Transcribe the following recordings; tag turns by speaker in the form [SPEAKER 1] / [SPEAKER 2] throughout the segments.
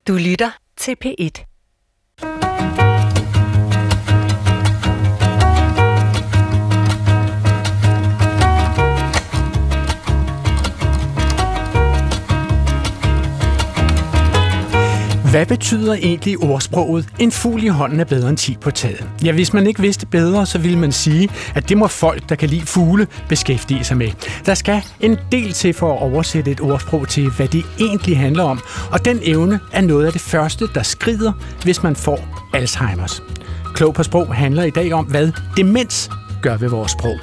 [SPEAKER 1] Du lytter til P1.
[SPEAKER 2] Hvad betyder egentlig ordsproget, en fugl i hånden er bedre end 10 på taget? Ja, hvis man ikke vidste bedre, så ville man sige, at det må folk, der kan lide fugle, beskæftige sig med. Der skal en del til for at oversætte et ordsprog til, hvad det egentlig handler om. Og den evne er noget af det første, der skrider, hvis man får Alzheimers. Klog på sprog handler i dag om, hvad demens gør ved vores sprog.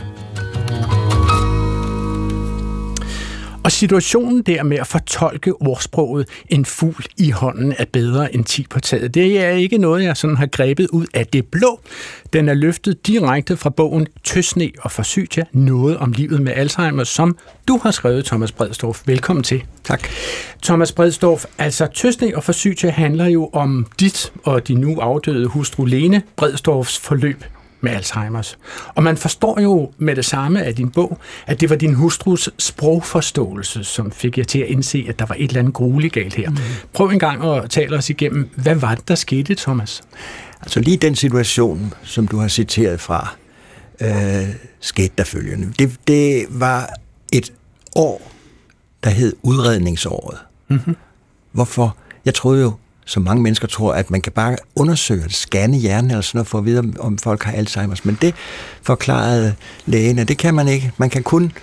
[SPEAKER 2] Og situationen der med at fortolke ordsproget, en fugl i hånden er bedre end 10 på taget, det er ikke noget, jeg sådan har grebet ud af det blå. Den er løftet direkte fra bogen Tøsne og Forsytia, noget om livet med Alzheimer, som du har skrevet, Thomas Bredsdorff. Velkommen til.
[SPEAKER 3] Tak.
[SPEAKER 2] Thomas Bredsdorff, altså Tøsne og Forsytia handler jo om dit og din nu afdøde hustru Lene Bredsdorffs forløb med Alzheimers. Og man forstår jo med det samme af din bog, at det var din hustrus sprogforståelse, som fik jer til at indse, at der var et eller andet grueligt galt her. Prøv en gang at tale os igennem, hvad var det, der skete, Thomas?
[SPEAKER 3] Altså lige den situation, som du har citeret fra, skete der følgende. Det var et år, der hed udredningsåret. Mm-hmm. Hvorfor? Jeg troede jo, som mange mennesker tror, at man kan bare undersøge det, scanne hjernen eller sådan noget, for at vide, om folk har Alzheimers. Men det forklarede lægen, at det kan man ikke. Man kan kun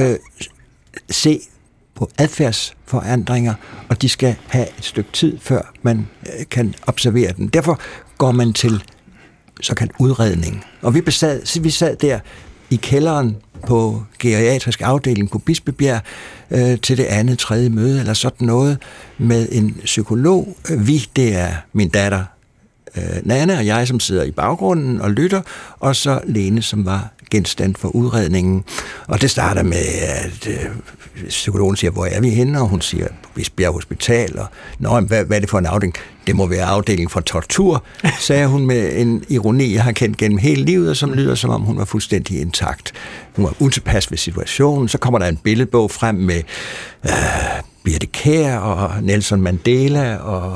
[SPEAKER 3] se på adfærdsforandringer, og de skal have et stykke tid, før man kan observere den. Derfor går man til såkaldt udredning. Og vi sad der i kælderen på geriatrisk afdeling på Bispebjerg til det andet, tredje møde, eller sådan noget, med en psykolog. Det er min datter Nanne og jeg, som sidder i baggrunden og lytter, og så Lene, som var genstand for udredningen. Og det starter med, at psykologen siger, hvor er vi henne? Og hun siger, på Bispebjerg Hospital. Og hvad er det for en afdeling? Det må være afdeling for tortur, sagde hun med en ironi, jeg har kendt gennem hele livet, og som lyder, som om hun var fuldstændig intakt. Hun var utilpas ved situationen. Så kommer der en billedbog frem med Birthe Kjær og Nelson Mandela og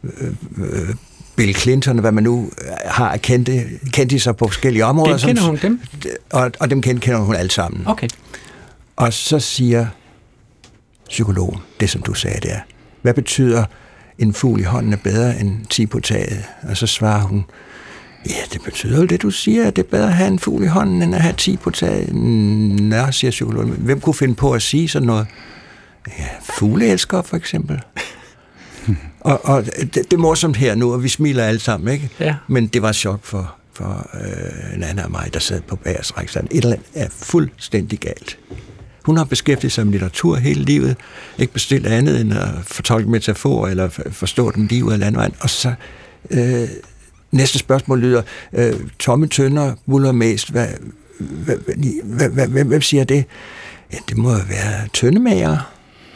[SPEAKER 3] Bill Clinton, hvad man nu har kendt sig på forskellige områder.
[SPEAKER 2] Kender hun dem?
[SPEAKER 3] Og dem kender hun alle sammen.
[SPEAKER 2] Okay.
[SPEAKER 3] Og så siger psykologen, det som du sagde der, hvad betyder en fugl i hånden er bedre end 10 på taget? Og så svarer hun, ja, det betyder jo det, du siger, at det er bedre at have en fugl i hånden, end at have 10 på taget. Nå, siger psykologen, hvem kunne finde på at sige sådan noget? Ja, fugleelskere for eksempel. Og det er morsomt her nu, og vi smiler alle sammen, ikke? Ja. Men det var chok for Nanna og mig, der sad på bagerste række. Et eller andet er fuldstændig galt. Hun har beskæftiget sig med litteratur hele livet, ikke bestilt andet end at fortolke metaforer eller forstå dem liv eller andet. Og så næste spørgsmål lyder, tomme tønder, muller mest, hvem siger det? Ja, det må jo være tøndemager.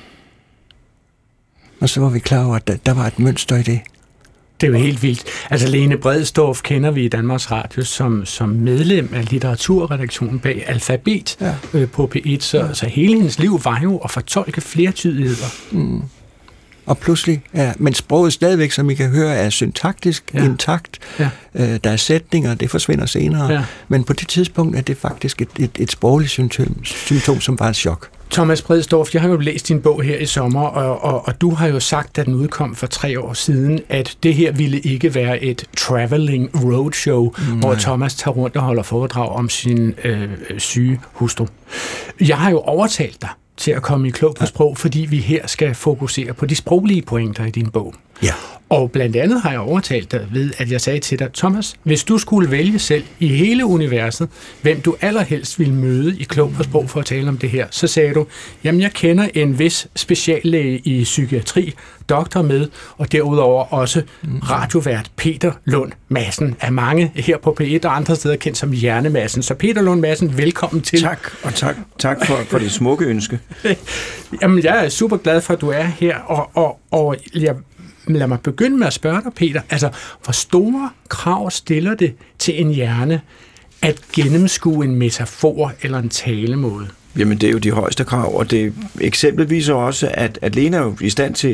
[SPEAKER 3] Og så var vi klar over, at der var et mønster i det.
[SPEAKER 2] Det er jo helt vildt. Altså Lene Bredsdorff kender vi i Danmarks Radio som medlem af litteraturredaktionen bag Alfabet på P1, så hele hendes liv var jo at fortolke flertydigheder. Mm.
[SPEAKER 3] Og pludselig, men sproget stadigvæk, som I kan høre, er syntaktisk intakt. Ja. Der er sætninger, det forsvinder senere. Ja. Men på det tidspunkt er det faktisk et sprogligt symptom, som var et chok.
[SPEAKER 2] Thomas Bredsdorff, jeg har jo læst din bog her i sommer, og du har jo sagt, da den udkom for 3 år siden, at det her ville ikke være et traveling roadshow, hvor Thomas tager rundt og holder foredrag om sin syge hustru. Jeg har jo overtalt dig til at komme i klog på sprog, fordi vi her skal fokusere på de sproglige pointer i din bog. Ja. Og blandt andet har jeg overtalt dig ved, at jeg sagde til dig, Thomas, hvis du skulle vælge selv i hele universet, hvem du allerhelst ville møde i klog på sprog for at tale om det her, så sagde du, jamen jeg kender en vis speciallæge i psykiatri, doktor med, og derudover også radiovært Peter Lund Madsen, af mange her på P1 og andre steder kendt som Hjernemassen. Så Peter Lund Madsen, velkommen til.
[SPEAKER 4] Tak, og tak for det smukke ønske.
[SPEAKER 2] Jamen jeg er super glad for, at du er her, og lad mig begynde med at spørge dig, Peter. Altså, hvor store krav stiller det til en hjerne at gennemskue en metafor eller en talemåde?
[SPEAKER 4] Jamen, det er jo de højeste krav, og det eksempel viser også, at Lene er jo i stand til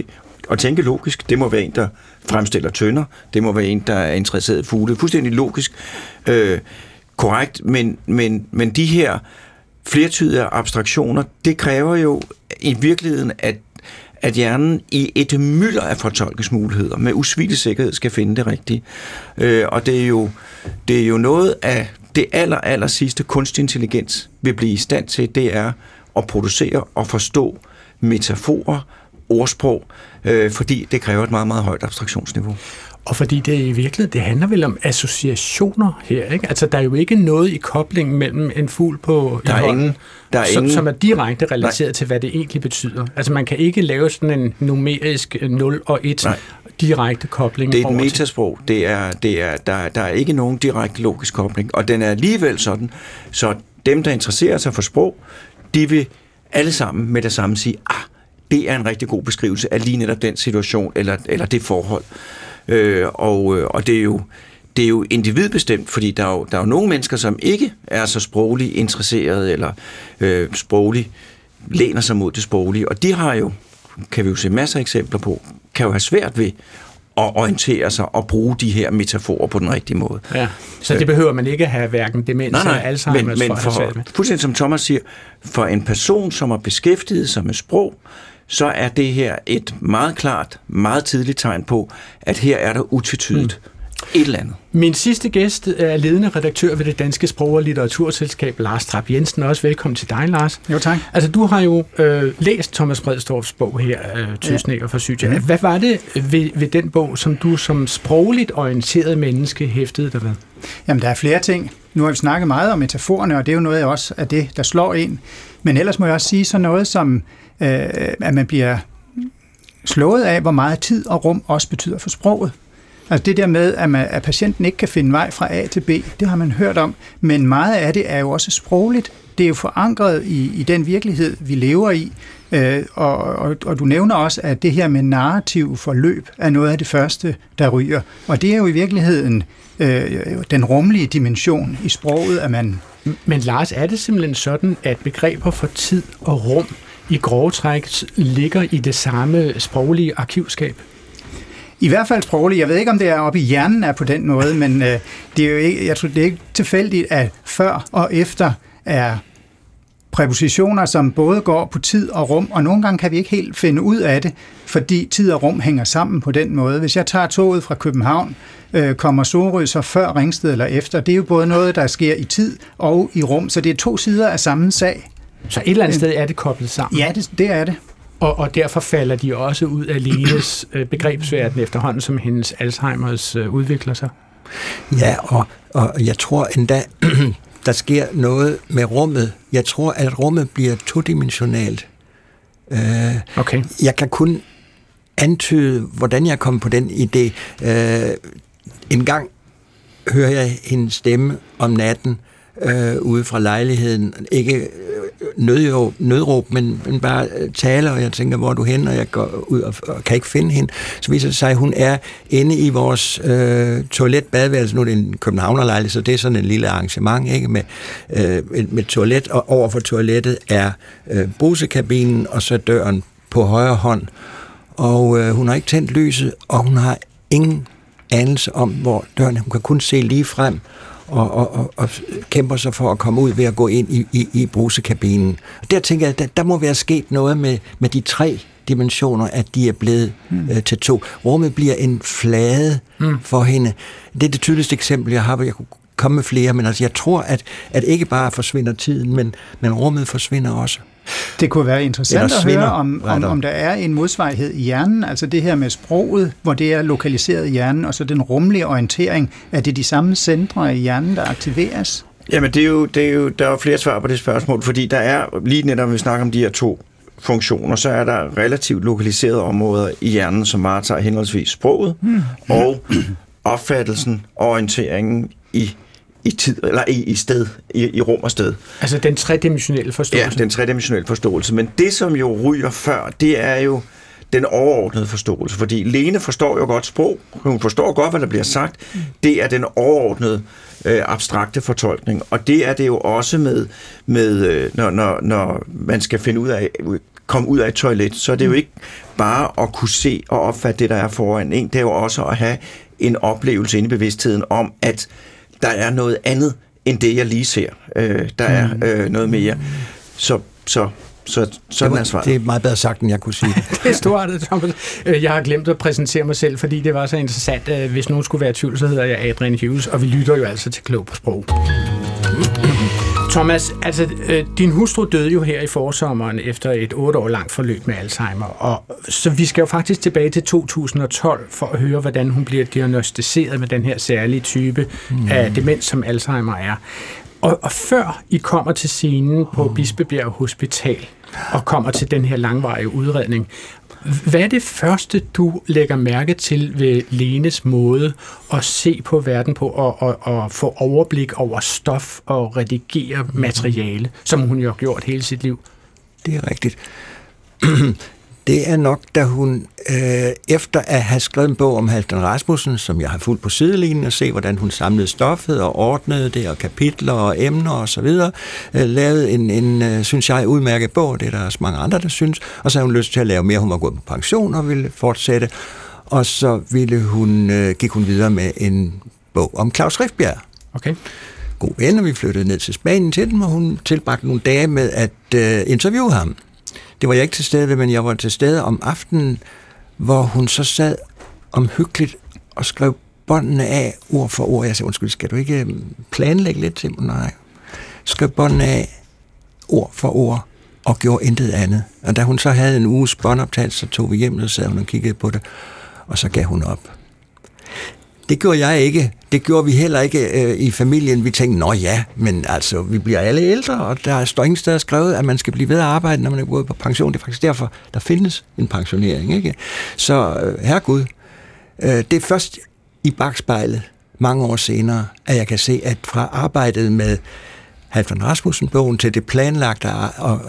[SPEAKER 4] at tænke logisk. Det må være en, der fremstiller tønder. Det må være en, der er interesseret i fugle. Fuldstændig logisk. Korrekt. Men de her flertydige abstraktioner, det kræver jo i virkeligheden, at hjernen i et mylder af fortolkningsmuligheder med usvigelig sikkerhed skal finde det rigtige. Og det er jo noget af det aller sidste kunstig intelligens vil blive i stand til, det er at producere og forstå metaforer, ordsprog, fordi det kræver et meget, meget højt abstraktionsniveau.
[SPEAKER 2] Og fordi det i virkeligheden, det handler vel om associationer her, ikke? Altså, der er jo ikke noget i koblingen mellem en fugl på hånden, som er direkte relateret til, hvad det egentlig betyder. Altså, man kan ikke lave sådan en numerisk 0 og 1 direkte kobling.
[SPEAKER 4] Det er et metasprog. Der er ikke nogen direkte logisk kobling, og den er alligevel sådan, så dem, der interesserer sig for sprog, de vil alle sammen med det samme sige, det er en rigtig god beskrivelse af lige netop den situation, eller det forhold. Og det er jo individbestemt, fordi der er jo nogle mennesker, som ikke er så sprogligt interesserede, eller sprogligt læner sig mod det sproglige, og de har jo, kan vi jo se masser af eksempler på, kan jo have svært ved at orientere sig og bruge de her metaforer på den rigtige måde. Ja,
[SPEAKER 2] så det behøver man ikke have hverken demens eller Alzheimer's
[SPEAKER 4] men for fuldstændig som Thomas siger, for en person, som har beskæftiget sig med sprog, så er det her et meget klart, meget tidligt tegn på, at her er der utvetydigt et eller andet.
[SPEAKER 2] Min sidste gæst er ledende redaktør ved det Danske Sprog- og Litteraturselskab, Lars Trap Jensen. Også velkommen til dig, Lars.
[SPEAKER 5] Jo, tak.
[SPEAKER 2] Altså, du har jo læst Thomas Bredsdorffs bog her, Tøsnækker for Sydia. Ja. Hvad var det ved den bog, som du som sprogligt orienteret menneske hæftede dig ved?
[SPEAKER 5] Jamen, der er flere ting. Nu har vi snakket meget om metaforerne, og det er jo noget også af det, der slår en. Men ellers må jeg også sige sådan noget som, at man bliver slået af, hvor meget tid og rum også betyder for sproget. Altså det der med, at patienten ikke kan finde vej fra A til B, det har man hørt om, men meget af det er jo også sprogligt. Det er jo forankret i den virkelighed, vi lever i, og du nævner også, at det her med narrativ forløb er noget af det første, der ryger. Og det er jo i virkeligheden den rumlige dimension i sproget, at man...
[SPEAKER 2] Men Lars, er det simpelthen sådan, at begreber for tid og rum i grove træk ligger i det samme sproglige arkivskab?
[SPEAKER 5] I hvert fald sprogligt. Jeg ved ikke, om det er oppe i hjernen er på den måde, men det er jo ikke, jeg tror, det er ikke tilfældigt, at før og efter er præpositioner, som både går på tid og rum, og nogle gange kan vi ikke helt finde ud af det, fordi tid og rum hænger sammen på den måde. Hvis jeg tager toget fra København, kommer Sorø så før Ringsted eller efter, det er jo både noget, der sker i tid og i rum, så det er to sider af samme sag.
[SPEAKER 2] Så et eller andet sted er det koblet sammen?
[SPEAKER 5] Ja, det er det.
[SPEAKER 2] Og derfor falder de også ud af Lenes begrebsverden efterhånden, som hendes Alzheimers udvikler sig?
[SPEAKER 3] Ja, og jeg tror endda, der sker noget med rummet. Jeg tror, at rummet bliver todimensionalt.
[SPEAKER 2] Okay.
[SPEAKER 3] Jeg kan kun antyde, hvordan jeg kom på den idé. En gang hører jeg hendes stemme om natten ude fra lejligheden. Ikke nødråb, men bare taler, og jeg tænker, hvor er du hen, og jeg går ud og kan ikke finde hende. Så viser det sig, at hun er inde i vores toilet-badeværelse. Nu er det en københavnerlejlighed, så det er sådan en lille arrangement, ikke? Med toilet, og over for toilettet er brusekabinen, og så døren på højre hånd. Og hun har ikke tændt lyset, og hun har ingen anelse om, hvor døren er. Hun kan kun se lige frem, og kæmper sig for at komme ud ved at gå ind i brusekabinen. Og der tænker jeg, der må være sket noget med de tre dimensioner, at de er blevet til to. Rummet bliver en flade for hende. Det er det tydeligste eksempel, jeg har. Jeg kunne komme med flere, men altså, jeg tror, at ikke bare forsvinder tiden, men rummet forsvinder også.
[SPEAKER 5] Det kunne være interessant at høre, om der er en modsvarighed i hjernen, altså det her med sproget, hvor det er lokaliseret i hjernen, og så den rumlige orientering. Er det de samme centre i hjernen, der aktiveres?
[SPEAKER 4] Jamen, der er jo flere svar på det spørgsmål, fordi der er, lige netop, når vi snakker om de her to funktioner, så er der relativt lokaliserede områder i hjernen, som varetager henholdsvis sproget og opfattelsen og orienteringen i tid, eller i sted, i rum og sted.
[SPEAKER 2] Altså den tredimensionelle forståelse?
[SPEAKER 4] Ja, den tredimensionelle forståelse. Men det, som jo ryger før, det er jo den overordnede forståelse. Fordi Lene forstår jo godt sprog. Hun forstår godt, hvad der bliver sagt. Det er den overordnede abstrakte fortolkning. Og det er det jo også med når man skal finde ud af, komme ud af et toilet, så er det jo ikke bare at kunne se og opfatte det, der er foran en. Det er jo også at have en oplevelse inde i bevidstheden om, at der er noget andet, end det, jeg lige ser. Der er noget mere. Så sådan er svaret.
[SPEAKER 3] Det er meget bedre sagt, end jeg kunne sige.
[SPEAKER 2] Det er stort, Thomas. Jeg har glemt at præsentere mig selv, fordi det var så interessant. Hvis nogen skulle være i tvivl, så hedder jeg Adrian Hughes, og vi lytter jo altså til Klog på Sprog. Thomas, altså din hustru døde jo her i forsommeren efter et 8 år langt forløb med Alzheimer, og så vi skal jo faktisk tilbage til 2012 for at høre, hvordan hun bliver diagnosticeret med den her særlige type af demens, som Alzheimer er. Og før I kommer til scenen på Bispebjerg Hospital og kommer til den her langvarige udredning, hvad er det første, du lægger mærke til ved Lenes måde at se på verden på og få overblik over stof og redigere materiale, som hun jo har gjort hele sit liv?
[SPEAKER 3] Det er rigtigt. Det er nok, da hun efter at have skrevet en bog om Halfdan Rasmussen, som jeg har fulgt på sidelinjen og se, hvordan hun samlede stoffet og ordnede det, og kapitler og emner og så videre, lavede en synes jeg, udmærket bog, det er der også mange andre, der synes, og så havde hun lyst til at lave mere. Hun var gået på pension og ville fortsætte, og så gik hun videre med en bog om Klaus Rifbjerg.
[SPEAKER 2] Okay.
[SPEAKER 3] God ven, og vi flyttede ned til Spanien til dem, og hun tilbragte nogle dage med at interviewe ham. Det var jeg ikke til stede ved, men jeg var til stede om aftenen, hvor hun så sad omhyggeligt og skrev båndene af ord for ord. Jeg sagde, undskyld, skal du ikke planlægge lidt til mig? Nej. Skrev båndene af ord for ord og gjorde intet andet. Og da hun så havde en uges båndoptagelse, så tog vi hjem, og så sad hun og kiggede på det, og så gav hun op. Det gjorde jeg ikke. Det gjorde vi heller ikke i familien. Vi tænkte, nå ja, men altså, vi bliver alle ældre, og der står ingen steder skrevet, at man skal blive ved at arbejde, når man er gået på pension. Det er faktisk derfor, der findes en pensionering, ikke? Så herregud, det er først i bagspejlet, mange år senere, at jeg kan se, at fra arbejdet med Halfdan Rasmussen-bogen til det planlagte og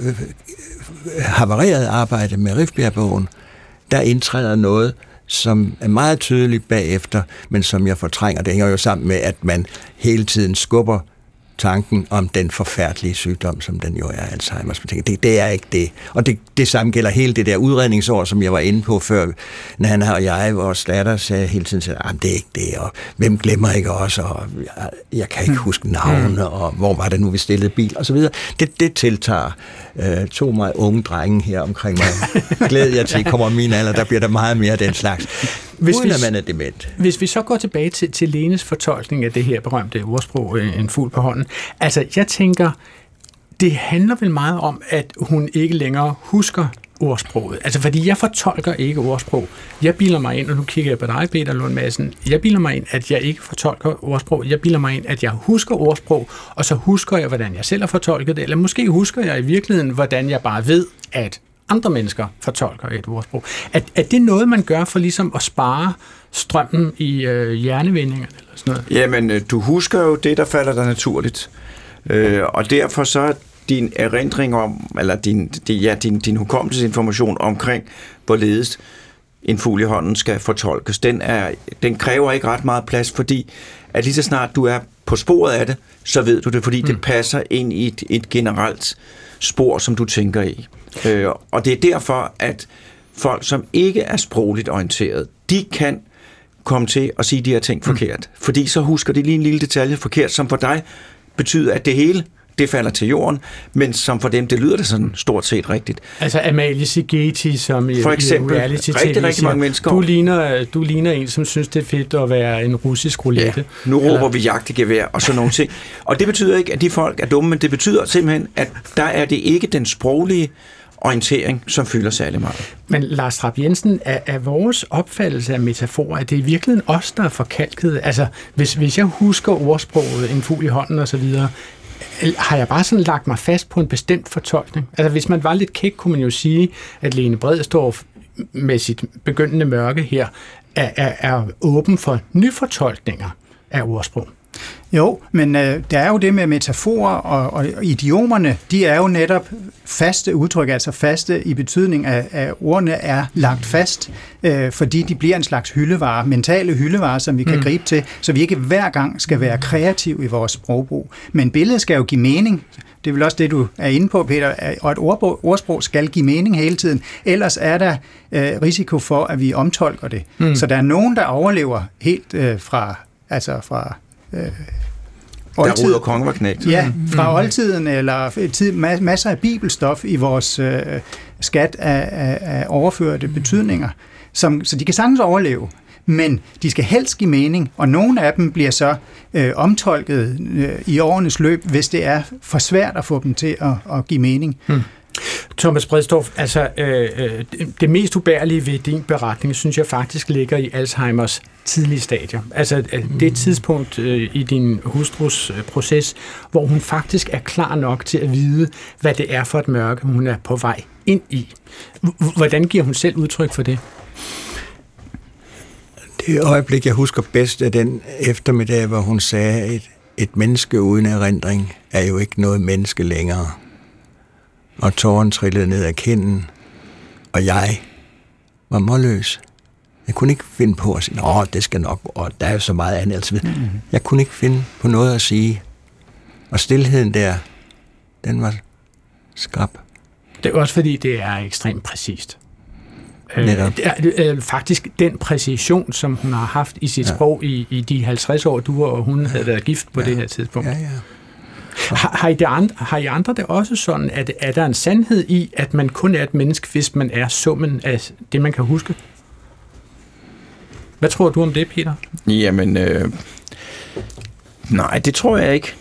[SPEAKER 3] havarerede arbejde med Rifbjerg-bogen, der indtræder noget, som er meget tydeligt bagefter, men som jeg fortrænger. Det hænger jo sammen med, at man hele tiden skubber tanken om den forfærdelige sygdom, som den jo er, Alzheimer's. Det er ikke det. Og det samme gælder hele det der udredningsår, som jeg var inde på før, når han og jeg, vores datter, sagde hele tiden, at det er ikke det, og hvem glemmer ikke også, og jeg kan ikke huske navne, og hvor var det nu, vi stillede bil, og så videre. Det tiltager to meget unge drenge her omkring mig. Glæder jeg til, at kommer min alder, der bliver der meget mere af den slags. Uden at man er dement.
[SPEAKER 2] Hvis vi så går tilbage til Lenes fortolkning af det her berømte ordsprog, en fugl på hånden. Altså, jeg tænker, det handler vel meget om, at hun ikke længere husker ordsproget. Altså, fordi jeg fortolker ikke ordsprog. Jeg bilder mig ind, og nu kigger jeg på dig, Peter Lund Madsen, jeg bilder mig ind, at jeg ikke fortolker ordsprog. Jeg bilder mig ind, at jeg husker ordsprog, og så husker jeg, hvordan jeg selv har fortolket det, eller måske husker jeg i virkeligheden, hvordan jeg bare ved, at andre mennesker fortolker et ordsprog. Er det noget, man gør for ligesom at spare strømmen i hjernevindingerne eller sådan noget?
[SPEAKER 4] Jamen, du husker jo det, der falder dig naturligt. Og derfor så din erindring om, eller din hukommelsesinformation omkring, hvorledes en fugl i hånden skal fortolkes, den kræver ikke ret meget plads, fordi at lige så snart du er på sporet af det, så ved du det, fordi det passer ind i et generelt spor, som du tænker i. Og det er derfor, at folk, som ikke er sprogligt orienteret, de kan komme til at sige de her ting forkert. Fordi så husker de lige en lille detalje forkert, som for dig betyder, at det hele, det falder til jorden, men som for dem, det lyder det sådan stort set rigtigt.
[SPEAKER 2] Altså Amalie Sigeti, som
[SPEAKER 4] for eksempel, rigtig mange mennesker.
[SPEAKER 2] Du ligner en, som synes, det er fedt at være en russisk roulette.
[SPEAKER 4] Ja, nu råber vi jagtegevær og sådan nogle ting. Og det betyder ikke, at de folk er dumme, men det betyder simpelthen, at der er det ikke den sproglige orientering, som fylder særlig meget.
[SPEAKER 2] Men Lars Trapp Jensen, er vores opfattelse af metaforer, at det er i virkeligheden os, der er forkalket? Altså, hvis jeg husker ordsproget, en fugl i hånden og så videre, har jeg bare sådan lagt mig fast på en bestemt fortolkning? Altså, hvis man var lidt kæk, kunne man jo sige, at Lene Bredsdorff med sit begyndende mørke her, er åben for nyfortolkninger af ordsprog.
[SPEAKER 5] Jo, men der er jo det med metaforer, og idiomerne, de er jo netop faste udtryk, altså faste i betydning af, at ordene er lagt fast, fordi de bliver en slags hyldevare, mentale hyldevare, som vi kan gribe til, så vi ikke hver gang skal være kreative i vores sprogbrug. Men billedet skal jo give mening. Det er vel også det, du er inde på, Peter, og et ordsprog skal give mening hele tiden. Ellers er der risiko for, at vi omtolker det. Så der er nogen, der overlever helt fra
[SPEAKER 4] der ruder kongen var knægt.
[SPEAKER 5] Ja, fra oldtiden, eller masser af bibelstof i vores skat af overførte betydninger, så de kan sagtens overleve. Men de skal helst give mening, og nogle af dem bliver så omtolket i årenes løb, hvis det er for svært at få dem til at give mening.
[SPEAKER 2] Thomas Bredsdorff, altså det mest ubærlige ved din beretning, synes jeg faktisk ligger i Alzheimers tidlige stadier. Altså det tidspunkt i din hustrus proces, hvor hun faktisk er klar nok til at vide, hvad det er for et mørke, hun er på vej ind i. Hvordan giver hun selv udtryk for det?
[SPEAKER 3] Det øjeblik, jeg husker bedst, er den eftermiddag, hvor hun sagde, at et menneske uden erindring er jo ikke noget menneske længere. Og tåren trillede ned ad kinden, og jeg var målløs. Jeg kunne ikke finde på at sige, det skal nok, og der er jo så meget andet. Altså, jeg kunne ikke finde på noget at sige. Og stilheden der, den var skrab.
[SPEAKER 2] Det er også fordi, det er ekstremt præcist. Faktisk den præcision, som hun har haft i sit sprog i de 50 år, du og hun havde været gift på det her tidspunkt.
[SPEAKER 3] Ja.
[SPEAKER 2] Har I andre det også sådan, at er der en sandhed i, at man kun er et menneske, hvis man er summen af det, man kan huske? Hvad tror du om det, Peter?
[SPEAKER 4] Jamen, nej, det tror jeg ikke.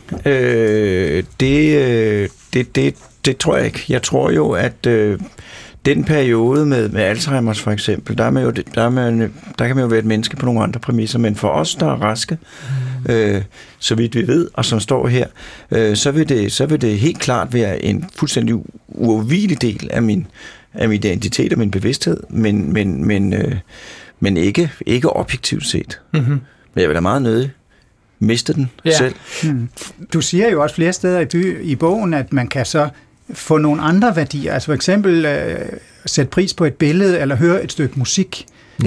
[SPEAKER 4] Det tror jeg ikke. Jeg tror jo, at den periode med Alzheimers for eksempel, der kan man jo være et menneske på nogle andre præmisser, men for os, der er raske, så vidt vi ved, og som står her, så vil det helt klart være en fuldstændig uafvigelig del af min identitet og min bevidsthed, men ikke objektivt set. Mm-hmm. Men jeg vil da meget nødig miste den selv.
[SPEAKER 5] Du siger jo også flere steder i bogen, at man kan så få nogle andre værdier, altså for eksempel sætte pris på et billede eller høre et stykke musik.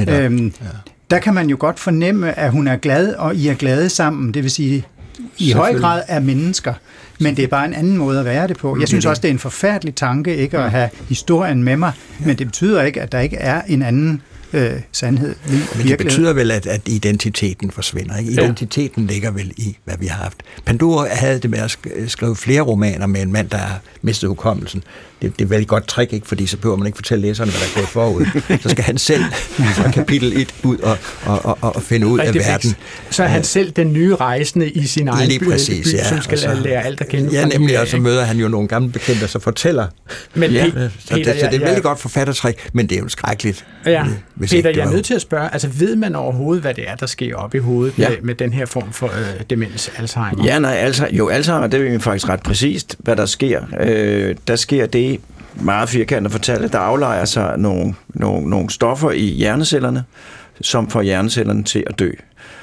[SPEAKER 5] Der kan man jo godt fornemme, at hun er glad, og I er glade sammen. Det vil sige, i høj grad er mennesker, men det er bare en anden måde at være det på. Jeg synes også, det er en forfærdelig tanke ikke at have historien med mig, men det betyder ikke, at der ikke er en anden sandhed.
[SPEAKER 3] Men det betyder vel, at identiteten forsvinder. Ikke? Identiteten ligger vel i, hvad vi har haft. Panduro havde det med at skrive flere romaner med en mand, der har mistet hukommelsen. Det er vel et godt trick, ikke? Fordi så behøver man ikke fortælle læserne, hvad der er gået forud. Så skal han selv fra kapitel 1 ud og finde ud af verden.
[SPEAKER 2] Så er han selv den nye rejsende i sin egen by, som skal lære alt at kende.
[SPEAKER 3] Ja, nemlig, og så møder han jo nogle gamle bekendte, og så fortæller. Men så det er et vældig godt forfattertrik, men det er jo skrækkeligt.
[SPEAKER 2] Ja. Peter, jeg er nødt til at spørge, altså ved man overhovedet, hvad det er, der sker op i hovedet med den her form for demens, Alzheimer?
[SPEAKER 4] Ja, nej, Alzheimer, det er jo faktisk ret præcist, hvad der sker. Der sker det, meget firkantet fortalt, der aflejer sig nogle stoffer i hjernecellerne, som får hjernecellerne til at dø.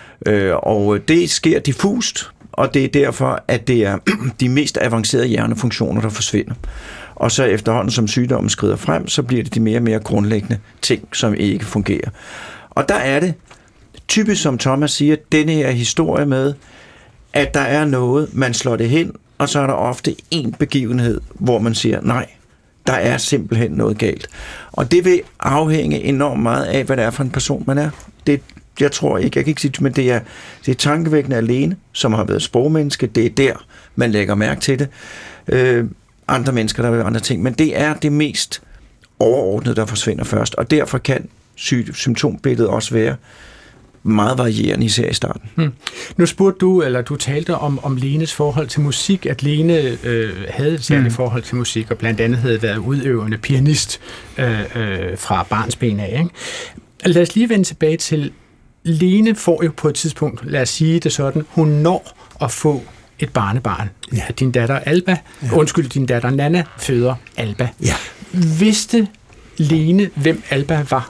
[SPEAKER 4] Og det sker diffust, og det er derfor, at det er de mest avancerede hjernefunktioner, der forsvinder. Og så efterhånden, som sygdommen skrider frem, så bliver det de mere og mere grundlæggende ting, som ikke fungerer. Og der er det typisk, som Thomas siger, denne her historie med, at der er noget, man slår det hen, og så er der ofte en begivenhed, hvor man siger, nej, der er simpelthen noget galt. Og det vil afhænge enormt meget af, hvad det er for en person, man er. Jeg tror ikke, jeg kan ikke sige det, men det er tankevækkende alene, som har været sprogmenneske. Det er der, man lægger mærke til det. Andre mennesker, der vil andre ting, men det er det mest overordnede, der forsvinder først, og derfor kan symptombilledet også være meget varierende, især i starten.
[SPEAKER 2] Nu spurgte du talte om Lenes forhold til musik, at Lene havde et særligt forhold til musik, og blandt andet havde været udøvende pianist fra barnsben af. Ikke? Lad os lige vende tilbage til, Lene får jo på et tidspunkt, lad os sige det sådan, hun når at få et barnebarn. Ja. Din datter Alba, din datter Nana føder Alba. Ja. Vidste Lene, hvem Alba var?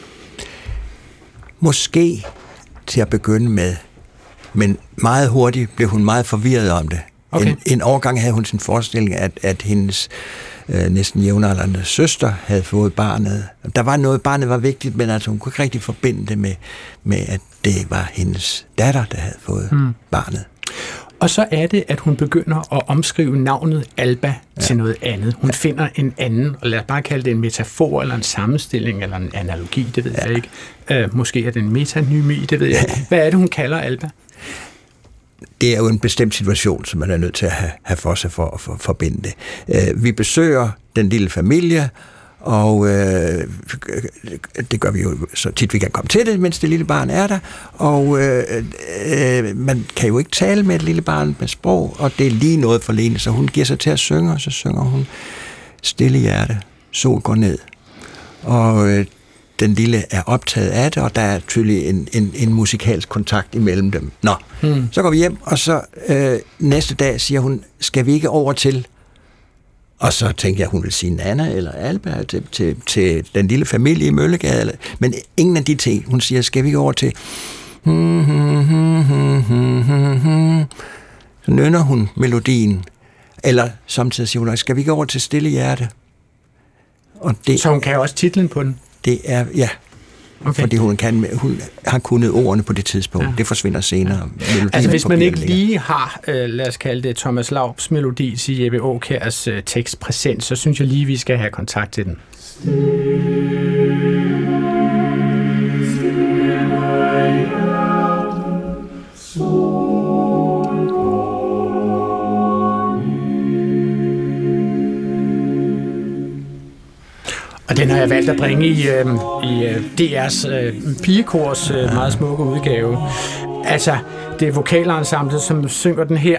[SPEAKER 3] Måske til at begynde med, men meget hurtigt blev hun meget forvirret om det. Okay. En overgang havde hun sin forestilling, at hendes næsten jævnaldrende søster havde fået barnet. Der var noget, barnet var vigtigt, men altså hun kunne ikke rigtig forbinde det med at det var hendes datter, der havde fået barnet.
[SPEAKER 2] Og så er det, at hun begynder at omskrive navnet Alba til noget andet. Hun finder en anden, og lad os bare kalde det en metafor, eller en sammenstilling, eller en analogi, det ved jeg ikke. Måske er det en metanymi, det ved jeg ikke. Hvad er det, hun kalder Alba?
[SPEAKER 3] Det er jo en bestemt situation, som man er nødt til at have for sig for at forbinde det. Vi besøger den lille familie, og det gør vi jo så tit, vi kan komme til det, mens det lille barn er der. Og man kan jo ikke tale med et lille barn med sprog, og det er lige noget for Lene, så hun giver sig til at synge, og så synger hun Stille hjerte, sol går ned. Og den lille er optaget af det, og der er tydeligt en musikalsk kontakt imellem dem. Nå, så går vi hjem, og så næste dag siger hun, skal vi ikke over til... Og så tænkte jeg, hun vil sige Nana eller Alba til den lille familie i Møllegade. Men ingen af de ting. Hun siger, skal vi ikke over til... Så nynner hun melodien. Eller samtidig siger hun, skal vi ikke over til Stille hjerte? Og det,
[SPEAKER 2] så hun kan også titlen på den?
[SPEAKER 3] Det er, ja. Okay. Fordi hun har kunnet ordene på det tidspunkt. Ja. Det forsvinder senere.
[SPEAKER 2] Altså hvis man ikke lige har, lad os kalde det Thomas Laubs melodi til Jeppe Aakjærs tekst præsent, så synes jeg lige, vi skal have kontakt til den. Og den har jeg valgt at bringe i DR's pigekors meget smukke udgave. Altså, det er vokalensemblet, som synger den her.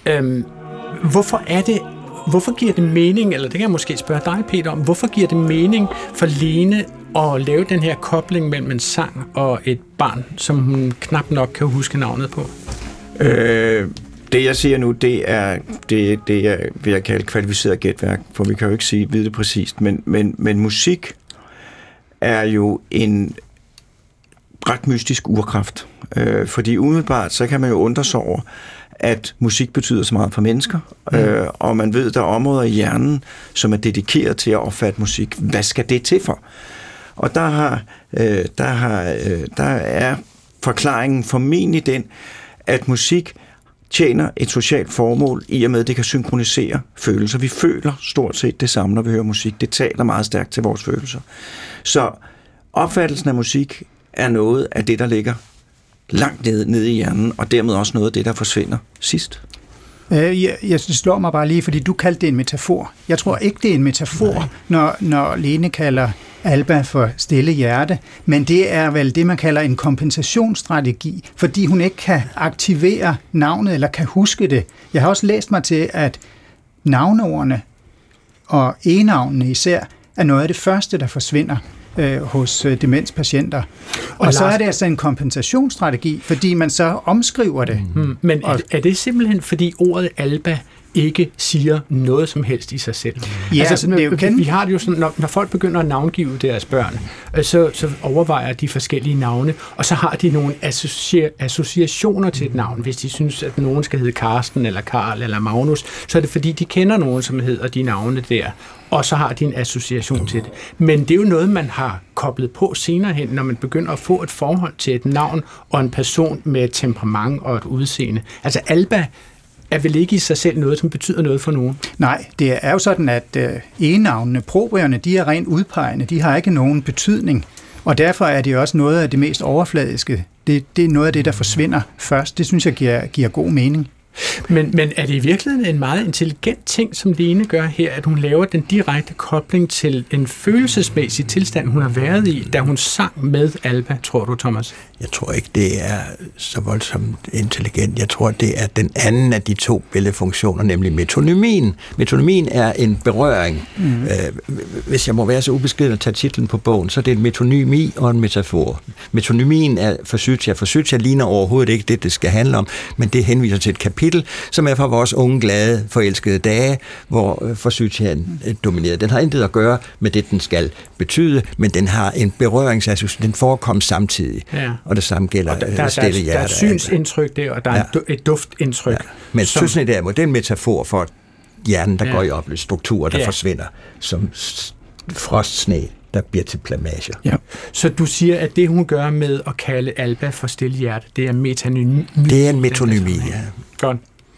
[SPEAKER 2] Hvorfor giver det mening, eller det kan jeg måske spørge dig, Peter, om, hvorfor giver det mening for Lene at lave den her kobling mellem en sang og et barn, som hun knap nok kan huske navnet på?
[SPEAKER 4] Det, jeg siger nu, det er vil jeg kalde kvalificeret gætværk, for vi kan jo ikke vide det præcist, men musik er jo en ret mystisk urkraft, fordi umiddelbart, så kan man jo undre sig over, at musik betyder så meget for mennesker, og man ved, der er områder i hjernen, som er dedikeret til at opfatte musik. Hvad skal det til for? Og der er forklaringen formentlig den, at musik tjener et socialt formål i og med, at det kan synkronisere følelser. Vi føler stort set det samme, når vi hører musik. Det taler meget stærkt til vores følelser. Så opfattelsen af musik er noget af det, der ligger langt nede i hjernen, og dermed også noget af det, der forsvinder sidst.
[SPEAKER 5] Jeg slår mig bare lige, fordi du kaldte det en metafor. Jeg tror ikke, det er en metafor, når Lene kalder Alba for Stille hjerte, men det er vel det, man kalder en kompensationsstrategi, fordi hun ikke kan aktivere navnet eller kan huske det. Jeg har også læst mig til, at navneordene og egenavnene især er noget af det første, der forsvinder hos demenspatienter. Og så er det altså en kompensationsstrategi, fordi man så omskriver det.
[SPEAKER 2] Men er det simpelthen, fordi ordet Alba ikke siger noget som helst i sig selv?
[SPEAKER 5] Ja,
[SPEAKER 2] altså, vi har det jo sådan, når folk begynder at navngive deres børn, så overvejer de forskellige navne, og så har de nogle associationer til et navn. Hvis de synes, at nogen skal hedde Karsten, eller Karl, eller Magnus, så er det fordi, de kender nogen, som hedder de navne der, og så har de en association til det. Men det er jo noget, man har koblet på senere hen, når man begynder at få et forhold til et navn og en person med et temperament og et udseende. Altså Alba er vel ikke i sig selv noget, som betyder noget for nogen? Nej,
[SPEAKER 5] det er jo sådan, at egenavnene, probrierne, de er rent udpegende. De har ikke nogen betydning. Og derfor er det også noget af det mest overfladiske. Det er noget af det, der forsvinder først. Det synes jeg giver god mening.
[SPEAKER 2] Men er det i virkeligheden en meget intelligent ting, som Lene gør her, at hun laver den direkte kobling til en følelsesmæssig tilstand, hun har været i, da hun sang med Alba, tror du, Thomas?
[SPEAKER 3] Jeg tror ikke, det er så voldsomt intelligent. Jeg tror, det er den anden af de to billedfunktioner, nemlig metonymien. Metonymien er en berøring. Hvis jeg må være så ubeskeden at tage titlen på bogen, så er det en metonymi og en metafor. Metonymien er forsytia. Forsytia ligner overhovedet ikke det skal handle om, men det henviser til et kapitel, som er fra vores unge, glade, forelskede dage, hvor forsytiaen dominerer. Den har intet at gøre med det, den skal betyde, men den har en berøringsassociation. Den forekommer samtidig. Ja. Og det samme gælder Stille hjerte.
[SPEAKER 2] Der er synsindtryk der, og der er et duftindtryk. Ja.
[SPEAKER 3] Men synsene derimod, det er en metafor for hjernen, der går i opløsning, strukturer, der forsvinder som frostsne, der bliver til plamager. Ja.
[SPEAKER 2] Så du siger, at det, hun gør med at kalde Alba for Stille hjerte, det er metonymi?
[SPEAKER 3] Det er en metonymi, ja.
[SPEAKER 2] Godt.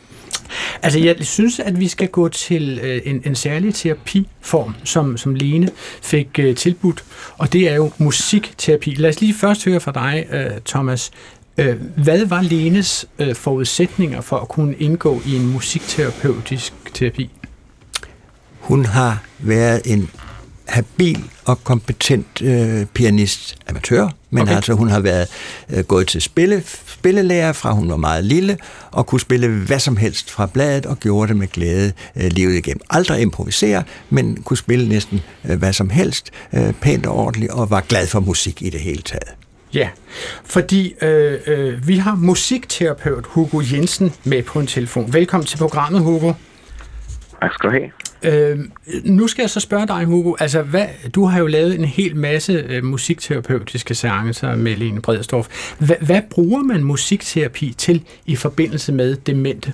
[SPEAKER 2] Altså, jeg synes, at vi skal gå til en særlig terapiform, som Lene fik tilbudt, og det er jo musikterapi. Lad os lige først høre fra dig, Thomas. Hvad var Lenes forudsætninger for at kunne indgå i en musikterapeutisk terapi?
[SPEAKER 3] Hun har været en habil og kompetent pianist, amatør, men okay. Altså hun har været gået til spillelærer fra hun var meget lille, og kunne spille hvad som helst fra bladet, og gjorde det med glæde livet igennem. Aldrig improvisere, men kunne spille næsten hvad som helst, pænt og ordentligt, og var glad for musik i det hele taget.
[SPEAKER 2] Ja, fordi vi har musikterapeut Hugo Jensen med på en telefon. Velkommen til programmet, Hugo.
[SPEAKER 6] Tak skal du have.
[SPEAKER 2] Nu skal jeg så spørge dig, Hugo. Altså, du har jo lavet en hel masse musikterapeutiske seancer med Lene Bredersdorff. Hvad bruger man musikterapi til i forbindelse med demente?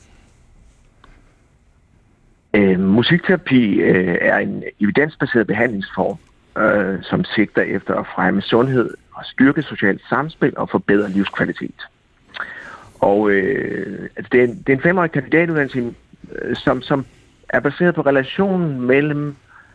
[SPEAKER 6] Musikterapi er en evidensbaseret behandlingsform, som sigter efter at fremme sundhed og styrke socialt samspil og forbedre livskvalitet. Og det er en 5-årig kandidatuddannelse, som er baseret på relationen mellem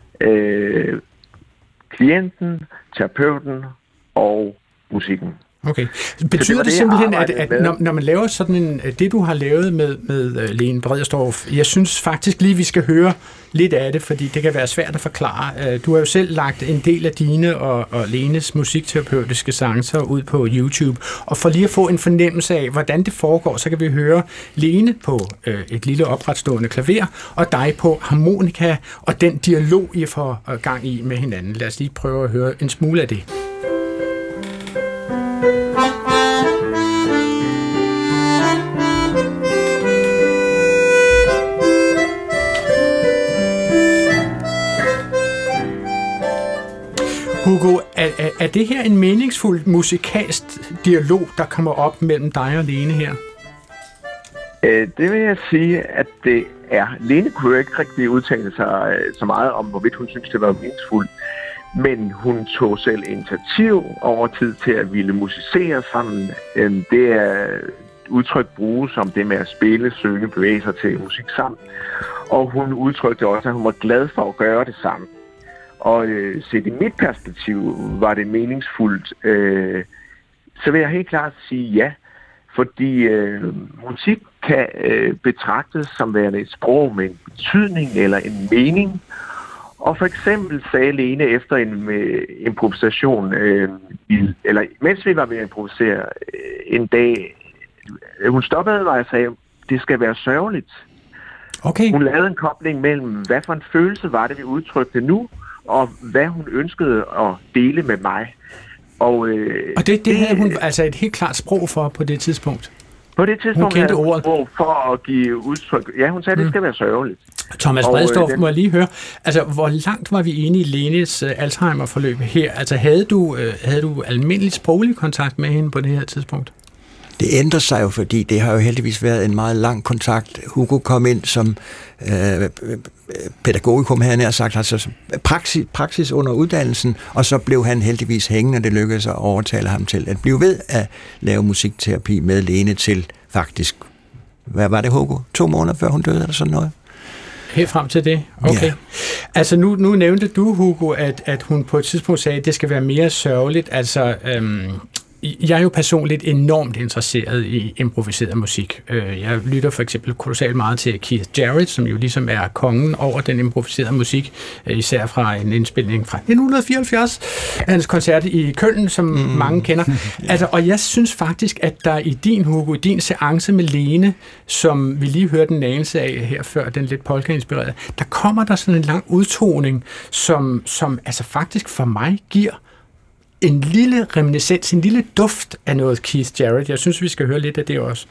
[SPEAKER 6] klienten, terapeuten og musikken.
[SPEAKER 2] Okay. Betyder det simpelthen, at når man laver sådan det du har lavet med Lene Bredersdorff, jeg synes faktisk lige, vi skal høre lidt af det, fordi det kan være svært at forklare. Du har jo selv lagt en del af dine og Lenes musikterapeutiske seancer ud på YouTube, og for lige at få en fornemmelse af, hvordan det foregår, så kan vi høre Lene på et lille opretstående klaver, og dig på harmonika, og den dialog, I får gang i med hinanden. Lad os lige prøve at høre en smule af det. Hugo, er det her en meningsfuld musikalsk dialog, der kommer op mellem dig og Lene her?
[SPEAKER 6] Det vil jeg sige, at det er. Lene kunne jo ikke rigtig udtale sig så meget om, hvorvidt hun synes, det var meningsfuldt. Men hun tog selv initiativ over tid til at ville musicere sammen. Det er udtryk bruges som det med at spille, synge, bevæge sig til musik sammen. Og hun udtrykte også, at hun var glad for at gøre det sammen. Og set i mit perspektiv var det meningsfuldt. Så vil jeg helt klart sige ja, fordi musik kan betragtes som værende et sprog med en betydning eller en mening. Og for eksempel sagde Lene efter en improvisation, eller mens vi var ved at improvisere en dag, hun stoppede mig og sagde, det skal være sørgeligt.
[SPEAKER 2] Okay.
[SPEAKER 6] Hun lavede en kobling mellem, hvad for en følelse var det, vi udtrykte nu, og hvad hun ønskede at dele med mig. Og
[SPEAKER 2] det havde hun altså et helt klart sprog for på det tidspunkt?
[SPEAKER 6] På det tidspunkt
[SPEAKER 2] havde hun
[SPEAKER 6] sprog for at give udtryk. Ja, hun sagde, det skal være sørgeligt.
[SPEAKER 2] Thomas Bredersdorff, må jeg lige høre, altså hvor langt var vi inde i Lenes Alzheimer-forløb her? Altså havde du almindelig sproglig kontakt med hende på det her tidspunkt?
[SPEAKER 3] Det ændrer sig jo, fordi det har jo heldigvis været en meget lang kontakt. Hugo kom ind som pædagogikum, havde han sagt, altså praksis under uddannelsen, og så blev han heldigvis hængende, og det lykkedes at overtale ham til at blive ved at lave musikterapi med Lene til faktisk, hvad var det, Hugo? 2 måneder før hun døde, eller sådan noget?
[SPEAKER 2] Helt frem til det? Okay. Ja. Altså nu nævnte du, Hugo, at hun på et tidspunkt sagde, at det skal være mere sørgeligt. Altså, jeg er jo personligt enormt interesseret i improviseret musik. Jeg lytter for eksempel kolossalt meget til Keith Jarrett, som jo ligesom er kongen over den improviserede musik, især fra en indspilning fra 1974, hans koncert i Køln, som mange kender. Altså, og jeg synes faktisk, at der i din seance med Lene, som vi lige hørte en anelse af her før, den lidt polka-inspirerede, der kommer der sådan en lang udtoning, som altså faktisk for mig giver en lille reminiscens, en lille duft af noget Keith Jarrett. Jeg synes, vi skal høre lidt af det også.